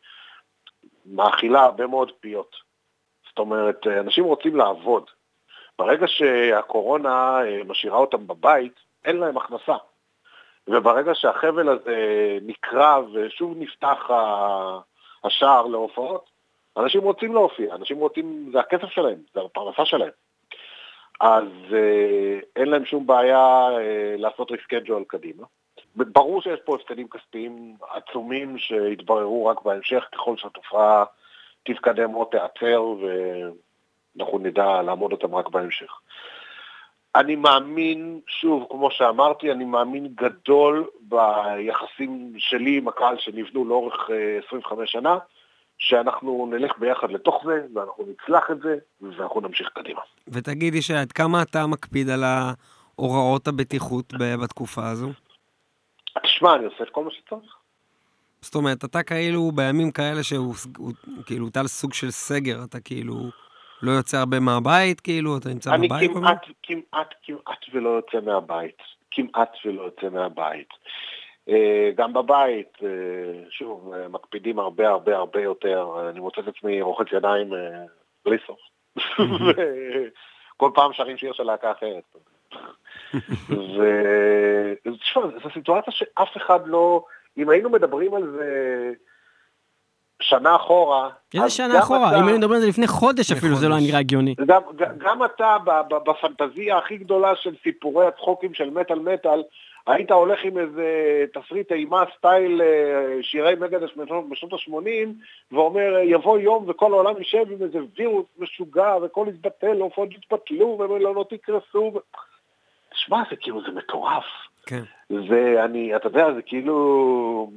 [SPEAKER 5] מאכילה הרבה מאוד פיות. זאת אומרת, אנשים רוצים לעבוד. ברגע שהקורונה משאירה אותם בבית, אין להם הכנסה. וברגע שהחבל הזה נקרא ושוב נפתח השער להופעות, אנשים רוצים להופיע, אנשים רוצים, זה הכסף שלהם, זה הפרנסה שלהם. אז אין להם שום בעיה לעשות ריסקייג'ול קדימה. ברור שיש פה הפסדים כספיים עצומים שהתבררו רק בהמשך, ככל שהתופעה תתקדם או תיעצר, ואנחנו נדע לעמוד אותם רק בהמשך. אני מאמין, שוב, כמו שאמרתי, אני מאמין גדול ביחסים שלי עם הקהל שנבנו לאורך 25 שנה, שאנחנו נלך ביחד לתוך זה, ואנחנו נצלח את זה, ואנחנו נמשיך קדימה.
[SPEAKER 3] ותגידי שעד כמה אתה מקפיד על הוראות הבטיחות בתקופה הזו?
[SPEAKER 5] תשמע, אני עושה את כל מה שצריך.
[SPEAKER 3] זאת אומרת, אתה כאילו בימים כאלה שהוא כאילו אתה סוג של סגר, אתה כאילו לא יוצא הרבה מהבית, כאילו, אתה נמצא בבית?
[SPEAKER 5] אני כמעט ולא יוצא מהבית. כמעט ולא יוצא מהבית. גם בבית, שוב, מקפידים הרבה יותר. אני מוצא את עצמי רוחץ ידיים בלי סוף. כל פעם שרים שיר של להקה אחרת. ותשמע, זו סיטואציה שאף אחד לא... אם היינו מדברים על זה שנה אחורה...
[SPEAKER 2] איזה שנה אחורה? אם היינו מדברים על זה לפני חודש אפילו, זה לא נראה הגיוני.
[SPEAKER 5] גם אתה, בפנטזיה הכי גדולה של סיפורי הצחוקים של מטל, היית הולך עם איזה תסריט אימה סטייל שירי מגדש בשנות ה-80, ואומר, יבוא יום וכל העולם יישב עם איזה וירוס משוגע, וכל יתבטל, הופעות יתבטלו, ומלונות יקרסו. תשמע, זה כאילו, זה מטורף.
[SPEAKER 3] כן.
[SPEAKER 5] אתה יודע, זה כאילו...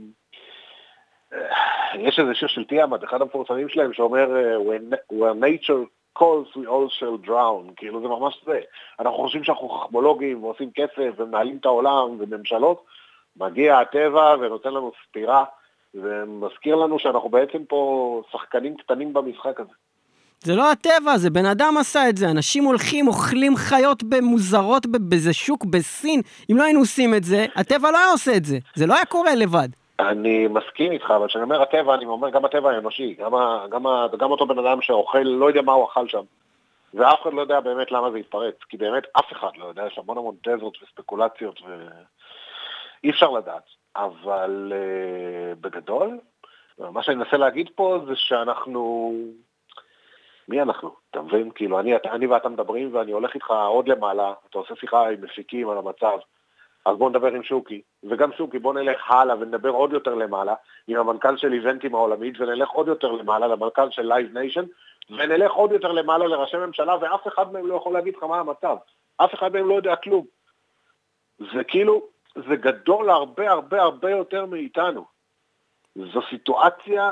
[SPEAKER 5] יש איזה שיר של תיאמת, אחד המפורסמים שלהם שאומר, When nature calls we all shall drown, כאילו זה ממש זה. אנחנו חושבים שאנחנו חכמולוגים ועושים כסף ומנהלים את העולם וממשלות, מגיע הטבע ונותן לנו סתירה, ומזכיר לנו שאנחנו בעצם פה שחקנים קטנים במשחק הזה.
[SPEAKER 2] זה לא הטבע, זה בן אדם עשה את זה. אנשים הולכים, אוכלים חיות במוזרות באיזה שוק בסין. אם לא היינו עושים את זה, הטבע לא היה עושה את זה. זה לא היה קורה לבד.
[SPEAKER 5] אני מסכים איתך, אבל כשאני אומר הטבע, אני אומר גם הטבע האנושי, גם אותו בן אדם שאוכל, לא יודע מה הוא אכל שם. ואף אחד לא יודע באמת למה זה יתפרץ, כי באמת אף אחד לא יודע, יש המון תזות וספקולציות, ואי אפשר לדעת. אבל בגדול, מה שאני אנסה להגיד פה זה שאנחנו... מי אנחנו? אתה מבין? כאילו, אני ואתה מדברים, ואני הולך איתך עוד למעלה, אתה עושה שיחה עם מפיקים על המצב, אז בוא נדבר עם שוקי, וגם שוקי, בוא נלך הלאה ונדבר עוד יותר למעלה, עם המנכ"ל של איבנטים העולמית, ונלך עוד יותר למעלה למנכ"ל של לייב ניישן, ונלך עוד יותר למעלה לראשי ממשלה, ואף אחד מהם לא יכול להגיד לך מה המצב. אף אחד מהם לא יודע כלום. זה כאילו, זה גדול הרבה יותר מאיתנו. זו סיטואציה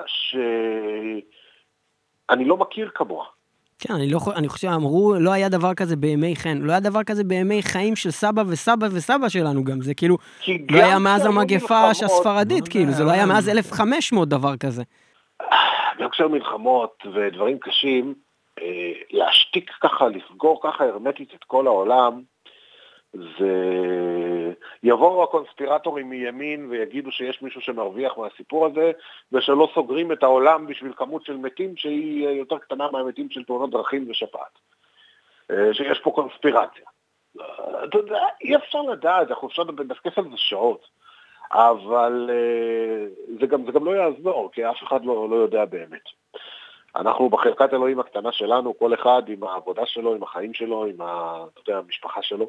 [SPEAKER 5] שאני לא מכיר כמוה.
[SPEAKER 2] כן, אני חושב, אמרו, לא היה דבר כזה בימי חן, לא היה דבר כזה בימי חיים של סבא וסבא שלנו גם, זה כאילו, לא היה מאז המגפה הספרדית, כאילו, זה לא היה מאז 1500 דבר כזה.
[SPEAKER 5] גם כשהיו מלחמות ודברים קשים, להשתיק ככה, לסגור ככה הרמטית את כל העולם, זה... יבואו הקונספירטורים מימין ויגידו שיש מישהו שמרוויח מהסיפור הזה, ושלא סוגרים את העולם בשביל כמות של מתים שהיא יותר קטנה מהמתים של תאונות דרכים ושפעת. שיש פה קונספירציה. אתה יודע, אי אפשר לדעת, אנחנו אפשר לדסקס על זה שעות, אבל זה גם לא יעזור, כי אף אחד לא יודע באמת. אנחנו בחלקת אלוהים הקטנה שלנו, כל אחד עם העבודה שלו, עם החיים שלו, עם המשפחה שלו.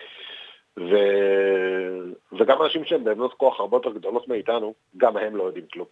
[SPEAKER 5] וגם אנשים שהם באמת כוח הרבה יותר גדולות מאיתנו, גם הם לא יודעים כלום.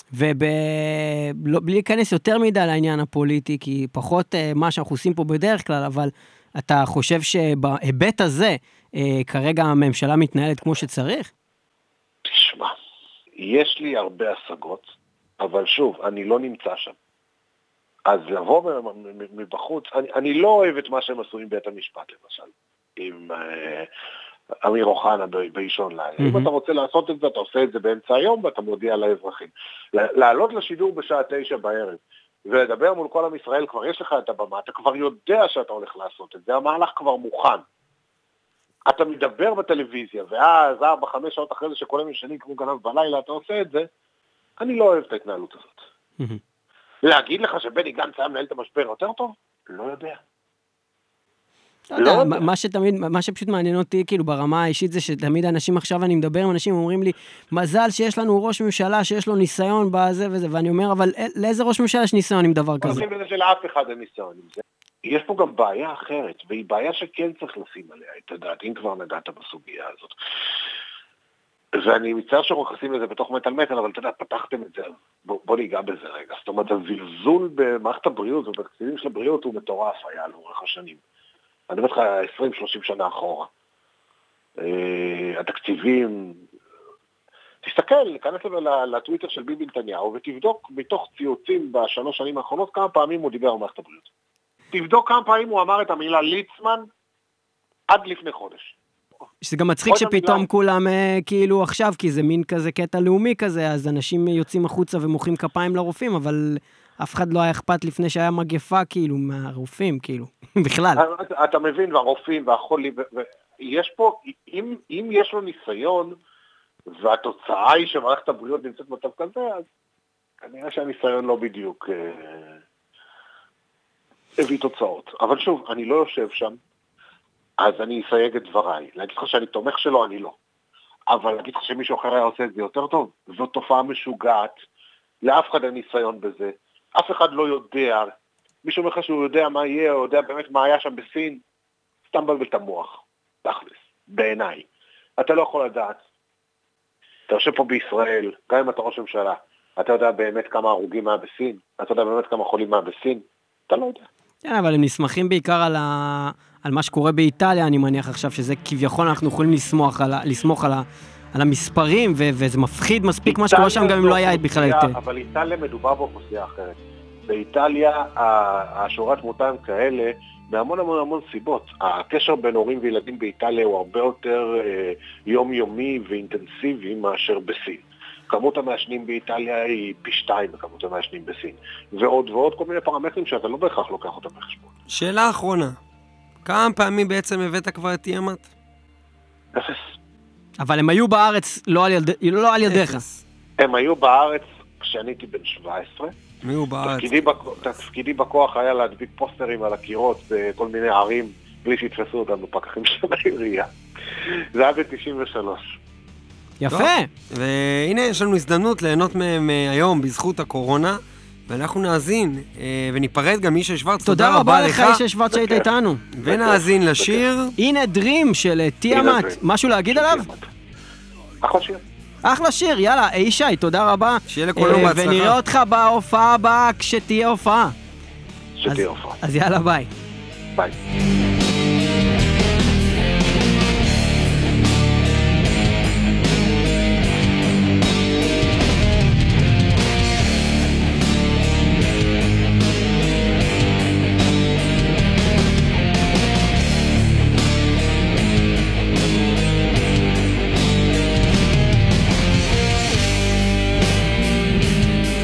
[SPEAKER 2] ובלי להיכנס יותר מדי לעניין הפוליטי, כי פחות מה שאנחנו עושים פה בדרך כלל, אבל אתה חושב שבהיבט הזה, כרגע הממשלה מתנהלת כמו שצריך?
[SPEAKER 5] תשמע, יש לי הרבה השגות, אבל שוב, אני לא נמצא שם. אז לבוא מבחוץ, אני לא אוהב את מה שהם עשו עם בית המשפט, למשל, עם אמיר אוחנה באישון לילה. אם אתה רוצה לעשות את זה, אתה עושה את זה באמצע היום, ואתה מודיע לאזרחים. לעלות לשידור בשעה 9 בערב, ולדבר מול כל עם ישראל, כבר יש לך את הבמה, אתה כבר יודע שאתה הולך לעשות את זה, המהלך כבר מוכן. אתה מדבר בטלוויזיה, ואז 4-5 שעות אחרי זה שכולם ישנים כמו גנב בלילה, אתה עושה את זה, אני לא אוהב את ההתנהלות הזאת. להגיד לך שבני גנץ היה מנהל את המשבר יותר טוב? לא יודע.
[SPEAKER 2] מה שפשוט מעניין אותי, כאילו, ברמה האישית זה שתמיד אנשים עכשיו, אני מדבר עם אנשים, אומרים לי, מזל שיש לנו ראש ממשלה, שיש לו ניסיון בזה וזה, ואני אומר, אבל לאיזה ראש ממשלה יש ניסיון עם דבר כזה?
[SPEAKER 5] אני חושב שלאף אחד אין ניסיון עם זה. יש פה גם בעיה אחרת, והיא בעיה שכן צריך לשים עליה את הדעת, אם כבר נגעת בסוגיה הזאת. ואני מצטער שאנחנו נכנסים לזה בתוך מטל, אבל אתה יודע, פתחתם את זה, בוא ניגע בזה רגע. זאת אומרת, הזלזול במערכת הבריאות ובתקציבים של הבריאות הוא מטורף היה לאורך השנים. אני אומר לך 20-30 שנה אחורה. התקציבים, תסתכל, כנס לטוויטר של ביבי נתניהו ותבדוק מתוך ציוצים בשלוש שנים האחרונות כמה פעמים הוא דיבר על מערכת הבריאות. תבדוק כמה פעמים הוא אמר את המילה ליצמן עד לפני חודש.
[SPEAKER 2] שזה גם מצחיק שפתאום כולם כאילו עכשיו, כי זה מין כזה קטע לאומי כזה, אז אנשים יוצאים החוצה ומוחאים כפיים לרופאים, אבל אף אחד לא היה אכפת לפני שהיה מגפה כאילו מהרופאים, כאילו, בכלל.
[SPEAKER 5] אתה מבין, והרופאים והחולים, יש פה, אם יש לו ניסיון, והתוצאה היא שמערכת הבריאות נמצאת במצב כזה, אז כנראה שהניסיון לא בדיוק הביא תוצאות. אבל שוב, אני לא יושב שם, אז אני אסייג את דבריי. להגיד לך שאני תומך שלו, אני לא. אבל להגיד לך שמישהו אחר היה עושה את זה יותר טוב, זו תופעה משוגעת, לאף אחד אין ניסיון בזה, אף אחד לא יודע, מישהו אומר לך שהוא יודע מה יהיה, או יודע באמת מה היה שם בסין, סתם בלבל את המוח, תכלס, בעיניי. אתה לא יכול לדעת. אתה יושב פה בישראל, גם אם אתה ראש ממשלה, אתה יודע באמת כמה הרוגים היה בסין, אתה יודע באמת כמה חולים היה בסין, אתה לא יודע.
[SPEAKER 2] כן, אבל הם נסמכים בעיקר על מה שקורה באיטליה, אני מניח עכשיו, שזה כביכול אנחנו יכולים לסמוך על המספרים, וזה מפחיד מספיק מה שקורה שם, גם אם לא היה בכלל יותר.
[SPEAKER 5] אבל איטליה מדובר באוכלוסייה אחרת. באיטליה, השורת תמותה הם כאלה, מהמון המון המון סיבות. הקשר בין הורים וילדים באיטליה הוא הרבה יותר יומיומי ואינטנסיבי מאשר בסין. כמות המעשנים באיטליה היא פי 2 בכמות המעשנים בסין. ועוד ועוד כל מיני פרמטרים שאתה לא בהכרח לוקח אותם בחשבון.
[SPEAKER 3] שאלה אחרונה, כמה פעמים בעצם הבאת כבר את תיאמת?
[SPEAKER 5] 0.
[SPEAKER 2] אבל הם היו בארץ לא על ידיך.
[SPEAKER 5] הם היו בארץ כשאני הייתי בן 17.
[SPEAKER 3] הם היו בארץ.
[SPEAKER 5] תפקידי בכוח היה להדביק פוסטרים על הקירות בכל מיני ערים, בלי שהתפסו אותם בפקחים של העירייה. זה היה ב-93.
[SPEAKER 2] יפה.
[SPEAKER 3] והנה יש לנו הזדמנות ליהנות מהם היום בזכות הקורונה, ואנחנו נאזין וניפרד גם אישה שוורץ.
[SPEAKER 2] תודה רבה לך אישה שוורץ שהיית איתנו.
[SPEAKER 3] ונאזין לשיר
[SPEAKER 2] הנה דרים של תיאמת. משהו להגיד עליו?
[SPEAKER 5] אחלה שיר.
[SPEAKER 2] אחלה שיר, יאללה, ישי, תודה רבה.
[SPEAKER 3] שיהיה לכולנו בהצלחה.
[SPEAKER 2] ונראה אותך בהופעה הבאה כשתהיה הופעה.
[SPEAKER 5] שתהיה הופעה.
[SPEAKER 2] אז יאללה, ביי.
[SPEAKER 5] ביי.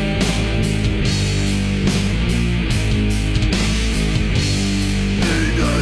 [SPEAKER 4] Hey,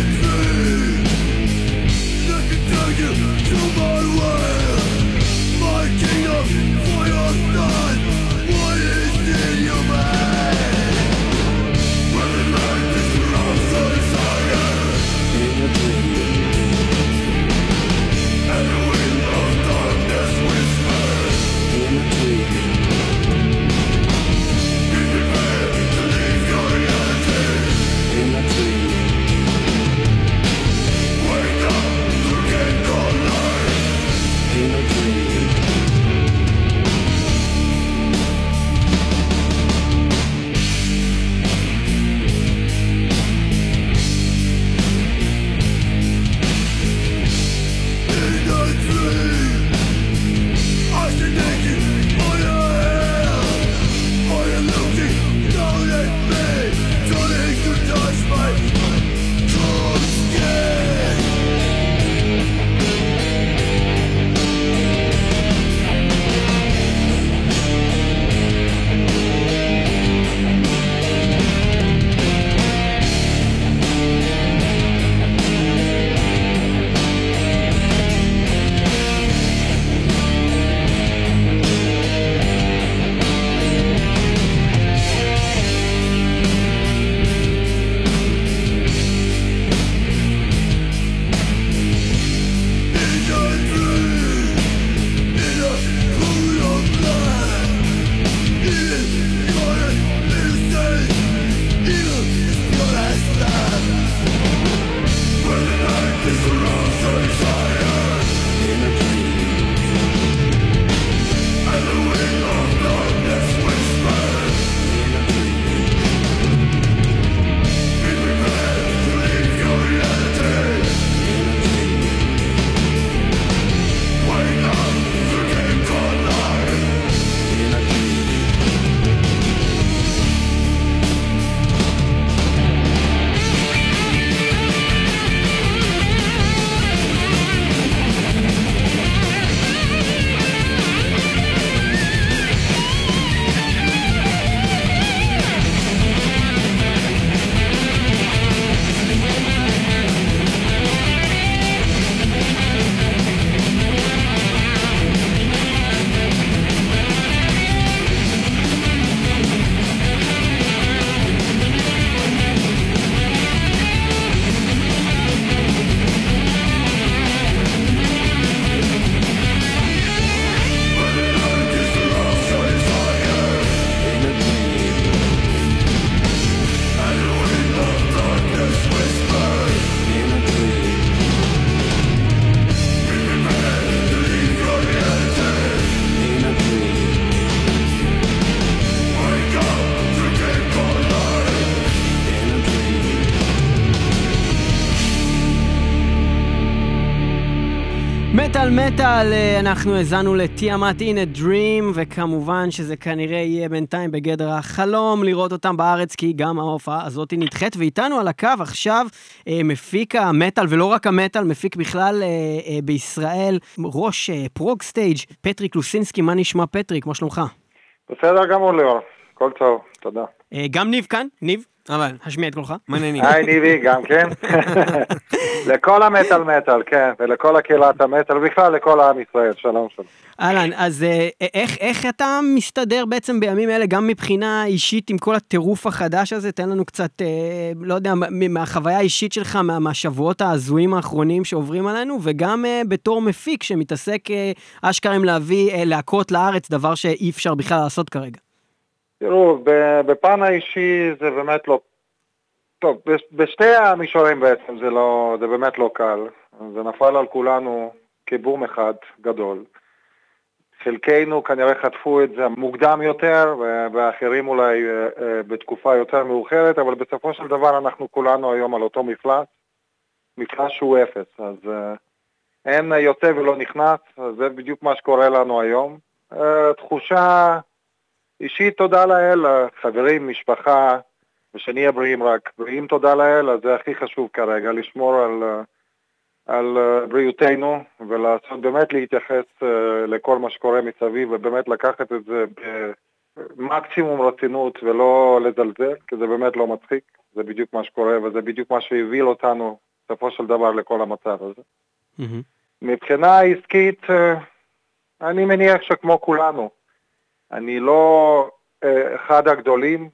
[SPEAKER 2] מטל מטל, אנחנו הזנו לתיאמת In a Dream, וכמובן שזה כנראה יהיה בינתיים בגדר החלום לראות אותם בארץ, כי גם ההופעה הזאת נדחית, ואיתנו על הקו עכשיו מפיק המטל, ולא רק המטל, מפיק בכלל בישראל, ראש פרוג סטייג', פטריק לוסינסקי. מה נשמע פטריק? מה שלומך?
[SPEAKER 6] בסדר גמור ליאור, הכל טוב, תודה.
[SPEAKER 2] גם ניב כאן, ניב, אבל השמיע את קולך.
[SPEAKER 3] מה נהנים?
[SPEAKER 6] היי ניבי, גם כן. לכל המטל מטל, כן, ולכל הקהילת המטל, בכלל לכל העם ישראל, שלום שלום.
[SPEAKER 2] אהלן, אז איך אתה מסתדר בעצם בימים אלה, גם מבחינה אישית עם כל הטירוף החדש הזה? תן לנו קצת, לא יודע, מהחוויה האישית שלך, מהשבועות ההזויים האחרונים שעוברים עלינו, וגם בתור מפיק שמתעסק אשכרה עם להביא להקות לארץ, דבר שאי אפשר בכלל לעשות כרגע.
[SPEAKER 6] תראו, בפן האישי זה באמת לא... טוב, בשתי המישורים בעצם זה באמת לא קל. זה נפל על כולנו כבום אחד גדול. חלקנו כנראה חטפו את זה מוקדם יותר, ואחרים אולי בתקופה יותר מאוחרת, אבל בסופו של דבר אנחנו כולנו היום על אותו מפלס שהוא אפס. אז אין יוצא ולא נכנס, זה בדיוק מה שקורה לנו היום. תחושה אישית, תודה לאל, חברים, משפחה, ושנהיה בריאים רק. בריאים, תודה לאל, אז זה הכי חשוב כרגע, לשמור על בריאותנו, ולעשות באמת להתייחס לכל מה שקורה מסביב, ובאמת לקחת את זה במקסימום רצינות, ולא לזלזל, כי זה באמת לא מצחיק. זה בדיוק מה שקורה, וזה בדיוק מה שהביא אותנו, בסופו של דבר, לכל המצב הזה. מבחינה עסקית, אני מניח שכמו כולנו, אני לא אחד הגדולים,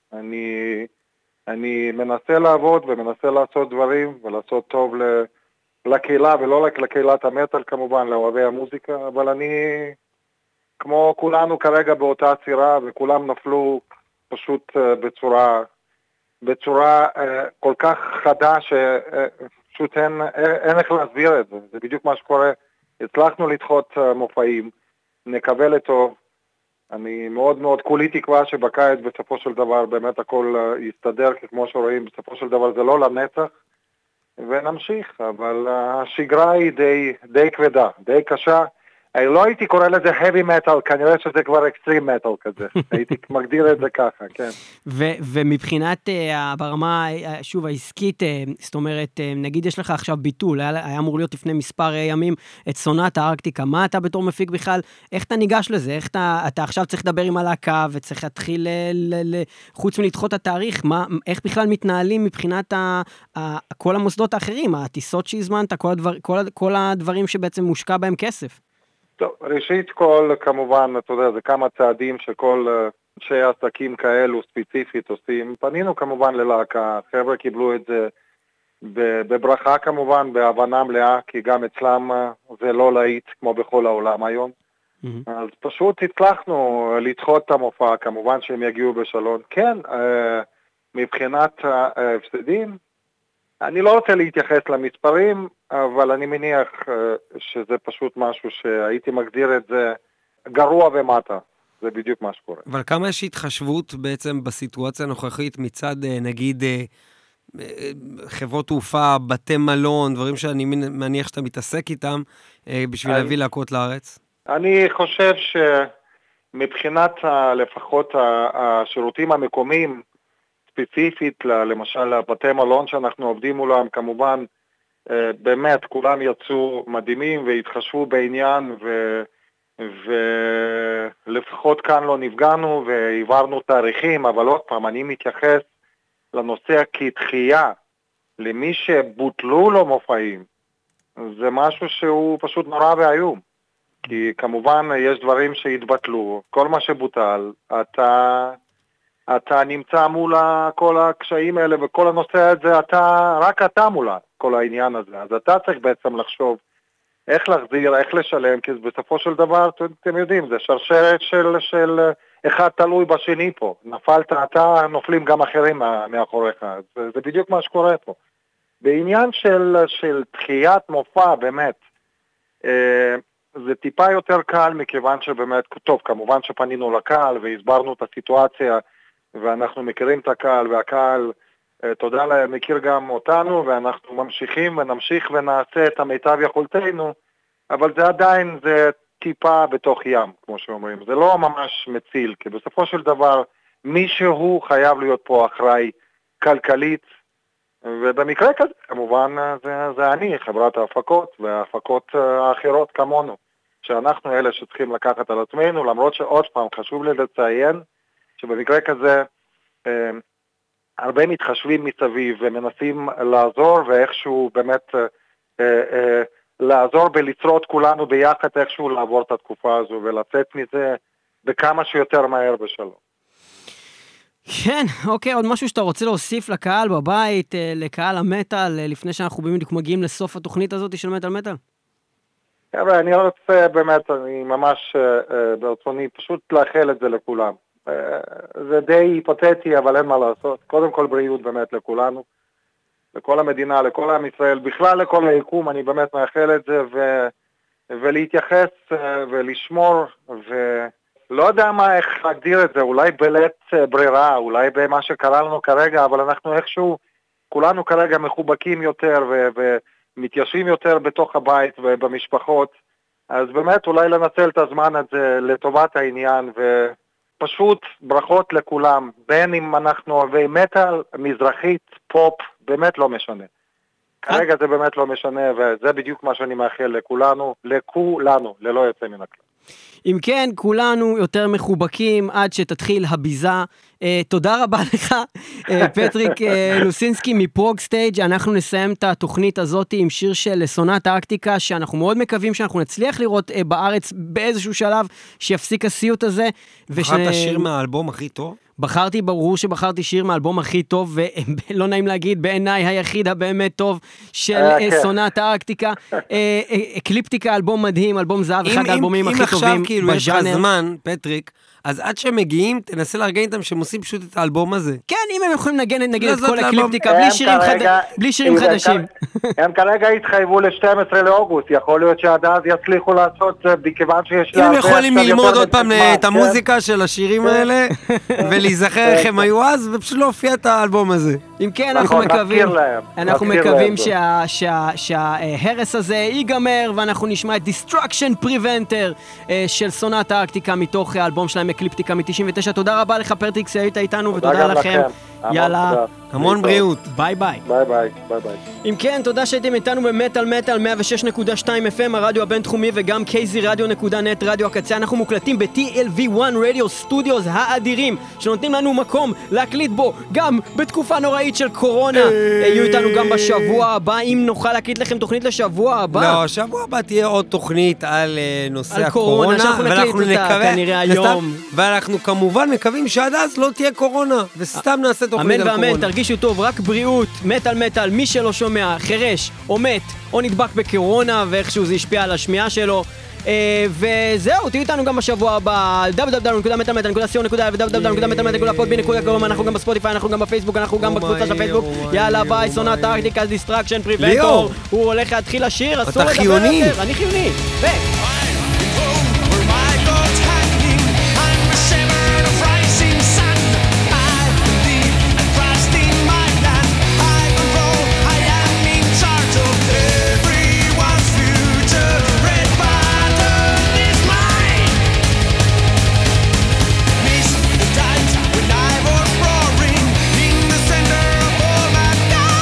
[SPEAKER 6] אני מנסה לעבוד ומנסה לעשות דברים ולעשות טוב לקהילה, ולא רק לקהילת המטל כמובן, לאוהבי המוזיקה, אבל אני כמו כולנו כרגע באותה צירה, וכולם נפלו פשוט בצורה כל כך חדה שפשוט אין איך להסביר את זה. זה בדיוק מה שקורה. הצלחנו לדחות מופעים, נקבל לטוב. אני מאוד מאוד כולי תקווה שבקיץ בסופו של דבר באמת הכל יסתדר, כי כמו שרואים בסופו של דבר זה לא לנצח, ונמשיך, אבל השגרה היא די כבדה, די קשה. אני לא הייתי קורא לזה heavy metal, כנראה שזה כבר extreme metal כזה, הייתי מגדיר את זה ככה, כן.
[SPEAKER 2] ומבחינת ברמה, שוב, העסקית, זאת אומרת, נגיד יש לך עכשיו ביטול, היה אמור להיות לפני מספר ימים את סונת הארקטיקה, מה אתה בתור מפיק בכלל, איך אתה ניגש לזה, איך אתה עכשיו צריך לדבר עם הלהקה, וצריך להתחיל, חוץ מלדחות התאריך, איך בכלל מתנהלים מבחינת כל המוסדות האחרים, הטיסות שהזמנת, כל הדברים שבעצם מושקע בהם כסף?
[SPEAKER 6] טוב, ראשית כל, כמובן, אתה יודע, זה כמה צעדים שכל אנשי עסקים כאלו ספציפית עושים. פנינו כמובן ללהקה, חבר'ה קיבלו את זה בברכה כמובן, בהבנה מלאה, כי גם אצלם זה לא להיט כמו בכל העולם היום. אז פשוט הצלחנו לדחות את המופע, כמובן שהם יגיעו בשלום. כן, מבחינת ההפסדים, אני לא רוצה להתייחס למספרים, אבל אני מניח שזה פשוט משהו שהייתי מגדיר את זה גרוע ומטה. זה בדיוק מה שקורה.
[SPEAKER 3] אבל כמה יש התחשבות בעצם בסיטואציה הנוכחית מצד, נגיד, חברות תעופה, בתי מלון, דברים שאני מניח שאתה מתעסק איתם, בשביל להביא להקות לארץ?
[SPEAKER 6] אני חושב שמבחינת לפחות השירותים המקומיים, ספציפית, למשל, בתי מלון שאנחנו עובדים מולם, כמובן, באמת, כולם יצאו מדהימים והתחשבו בעניין, ולפחות כאן לא נפגענו והעברנו תאריכים, אבל עוד פעם, אני מתייחס לנושא כדחייה, למי שבוטלו לו מופעים, זה משהו שהוא פשוט נורא ואיום, כי כמובן יש דברים שהתבטלו, כל מה שבוטל, אתה נמצא מול כל הקשיים האלה, וכל הנושא הזה, רק אתה מול כל העניין הזה. אז אתה צריך בעצם לחשוב איך להחזיר, איך לשלם, כי בסופו של דבר, אתם יודעים, זה שרשרת של אחד תלוי בשני פה. נפלת, אתה נופלים גם אחרים מאחוריך. זה בדיוק מה שקורה פה. בעניין של דחיית מופע, באמת, זה טיפה יותר קל, מכיוון שבאמת, טוב, כמובן שפנינו לקהל והסברנו את הסיטואציה, ואנחנו מכירים את הקהל, והקהל, תודה להם, מכיר גם אותנו, ואנחנו ממשיכים ונמשיך ונעשה את המיטב יכולתנו, אבל זה עדיין, זה טיפה בתוך ים, כמו שאומרים. זה לא ממש מציל, כי בסופו של דבר, מישהו חייב להיות פה אחראי כלכלית, ובמקרה כזה, כמובן, זה אני, חברת ההפקות, וההפקות האחרות כמונו, שאנחנו אלה שצריכים לקחת על עצמנו, למרות שעוד פעם חשוב לי לציין, שבמקרה כזה, הרבה מתחשבים מסביב ומנסים לעזור, ואיכשהו באמת לעזור בלצרות כולנו ביחד, איכשהו לעבור את התקופה הזו, ולצאת מזה בכמה שיותר מהר בשלום.
[SPEAKER 2] כן, אוקיי, עוד משהו שאתה רוצה להוסיף לקהל בבית, לקהל המטל, לפני שאנחנו בדיוק מגיעים לסוף התוכנית הזאת של מטל מטל?
[SPEAKER 6] אני רוצה באמת, אני ממש ברצוני פשוט לאחל את זה לכולם. זה די היפותטי, אבל אין מה לעשות. קודם כל בריאות באמת לכולנו, לכל המדינה, לכל עם ישראל, בכלל לכל היקום, אני באמת מאחל את זה, ולהתייחס ולשמור, ולא יודע מה, איך להגדיר את זה, אולי בלית ברירה, אולי במה שקרה לנו כרגע, אבל אנחנו איכשהו, כולנו כרגע מחובקים יותר, ומתיישבים יותר בתוך הבית ובמשפחות, אז באמת אולי לנצל את הזמן הזה לטובת העניין, פשוט ברכות לכולם, בין אם אנחנו אוהבי מטל, מזרחית, פופ, באמת לא משנה. כרגע זה באמת לא משנה, וזה בדיוק מה שאני מאחל לכולנו, ללא יוצא מן הכלל.
[SPEAKER 2] אם כן, כולנו יותר מחובקים עד שתתחיל הביזה. תודה רבה לך, פטריק לוסינסקי מפרוג סטייג'. אנחנו נסיים את התוכנית הזאת עם שיר של סונאט ארקטיקה, שאנחנו מאוד מקווים שאנחנו נצליח לראות בארץ באיזשהו שלב, שיפסיק הסיוט הזה.
[SPEAKER 3] בחרת שיר מהאלבום הכי טוב?
[SPEAKER 2] ברור שבחרתי שיר מהאלבום הכי טוב, ולא נעים להגיד, בעיניי היחיד הבאמת טוב של סונאט הארקטיקה. אקליפטיקה, אלבום מדהים, אלבום זהב, אחד האלבומים הכי טובים בז'אנר.
[SPEAKER 3] אם עכשיו כאילו יש לך זמן, פטריק, אז עד שמגיעים, תנסה לארגן איתם שהם עושים פשוט את האלבום הזה.
[SPEAKER 2] כן, אם הם יכולים לנגן נגיד את כל אקליפטיקה, בלי שירים חדשים.
[SPEAKER 6] הם כרגע התחייבו ל-12 לאוגוסט, יכול להיות שעד אז יצליחו לעשות, מכיוון שיש...
[SPEAKER 3] אם הם יכולים ללמוד עוד פעם את המוזיקה של השירים האלה, ולהיזכר איך הם היו אז, ופשוט להופיע את האלבום הזה.
[SPEAKER 2] אם כן, אנחנו מקווים שההרס הזה ייגמר, ואנחנו נשמע את Destruction Preventer של סונאט הארקטיקה מתוך האלבום שלהם אקליפטיקה מ-99. תודה רבה לך פטריק שהיית איתנו, ותודה לכם. יאללה,
[SPEAKER 3] המון בריאות.
[SPEAKER 2] ביי ביי.
[SPEAKER 6] ביי ביי, ביי ביי.
[SPEAKER 2] אם כן, תודה שהייתם איתנו במטל מטל 106.2 FM, הרדיו הבינתחומי, וגם kzradio.net, רדיו הקצה. אנחנו מוקלטים ב-TLV1 רדיו סטודיוס האדירים, שנותנים לנו מקום להקליט בו גם בתקופה נוראית של קורונה. יהיו איתנו גם בשבוע הבא, אם נוכל להקליט לכם תוכנית לשבוע הבא.
[SPEAKER 3] לא, שבוע הבא תהיה עוד תוכנית על נושא
[SPEAKER 2] הקורונה,
[SPEAKER 3] הקורונה,
[SPEAKER 2] שאנחנו נקליט אותה כנראה היום.
[SPEAKER 3] ואנחנו כמובן מקווים שעד אז לא תהיה קורונה, וסתם נעשה תוכנית על קורונה.
[SPEAKER 2] אמן ואמן, תרגישו טוב, רק בריאות, מטל מטל, מי שלא שומע, חרש, או מת, או נדבק בקורונה, ואיכשהו זה ישפיע על השמיעה שלו. וזהו, תהיו איתנו גם בשבוע הבא, www.metalmetal.co.il, אנחנו גם בספוטיפיי, אנחנו גם בפייסבוק, אנחנו גם בקבוצה של הפייסבוק. יאללה ביי, סונאט ארקטיקה, Destruction Preventer. הוא הולך להתחיל לשיר, אסור לדבר יותר. אני חיוני.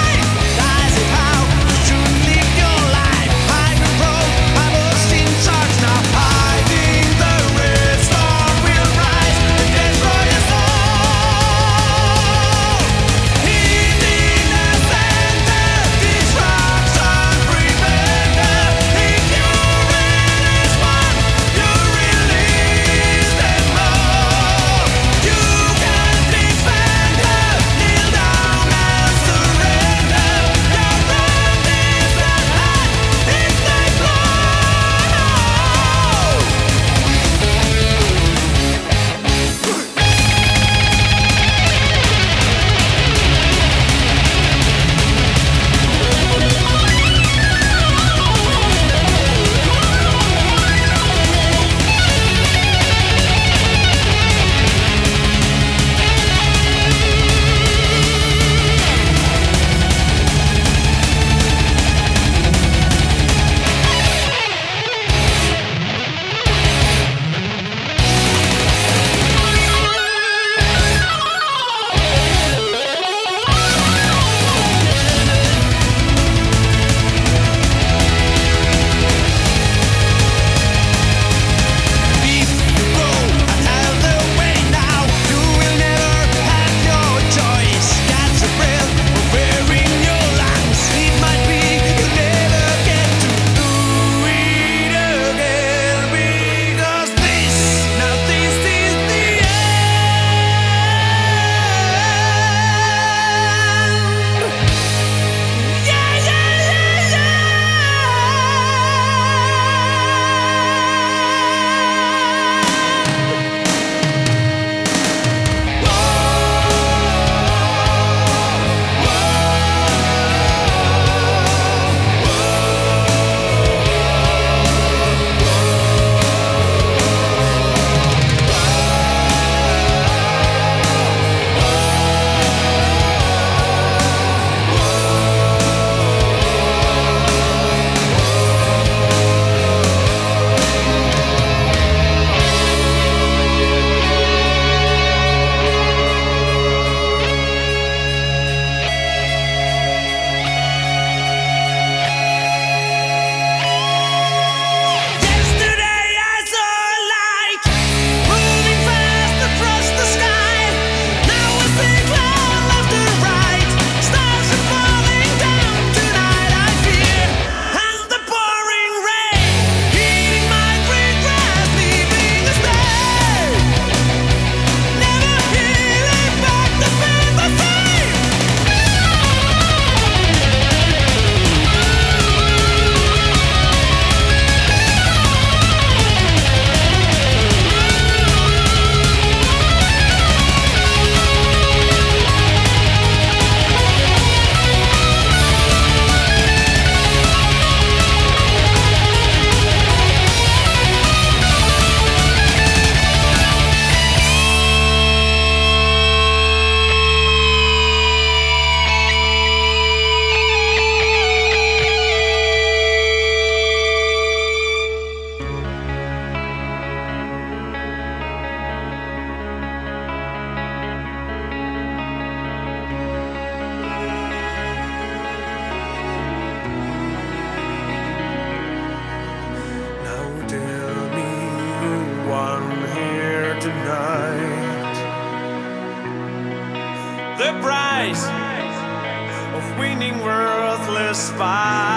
[SPEAKER 7] Charge the price of winning worthless spies.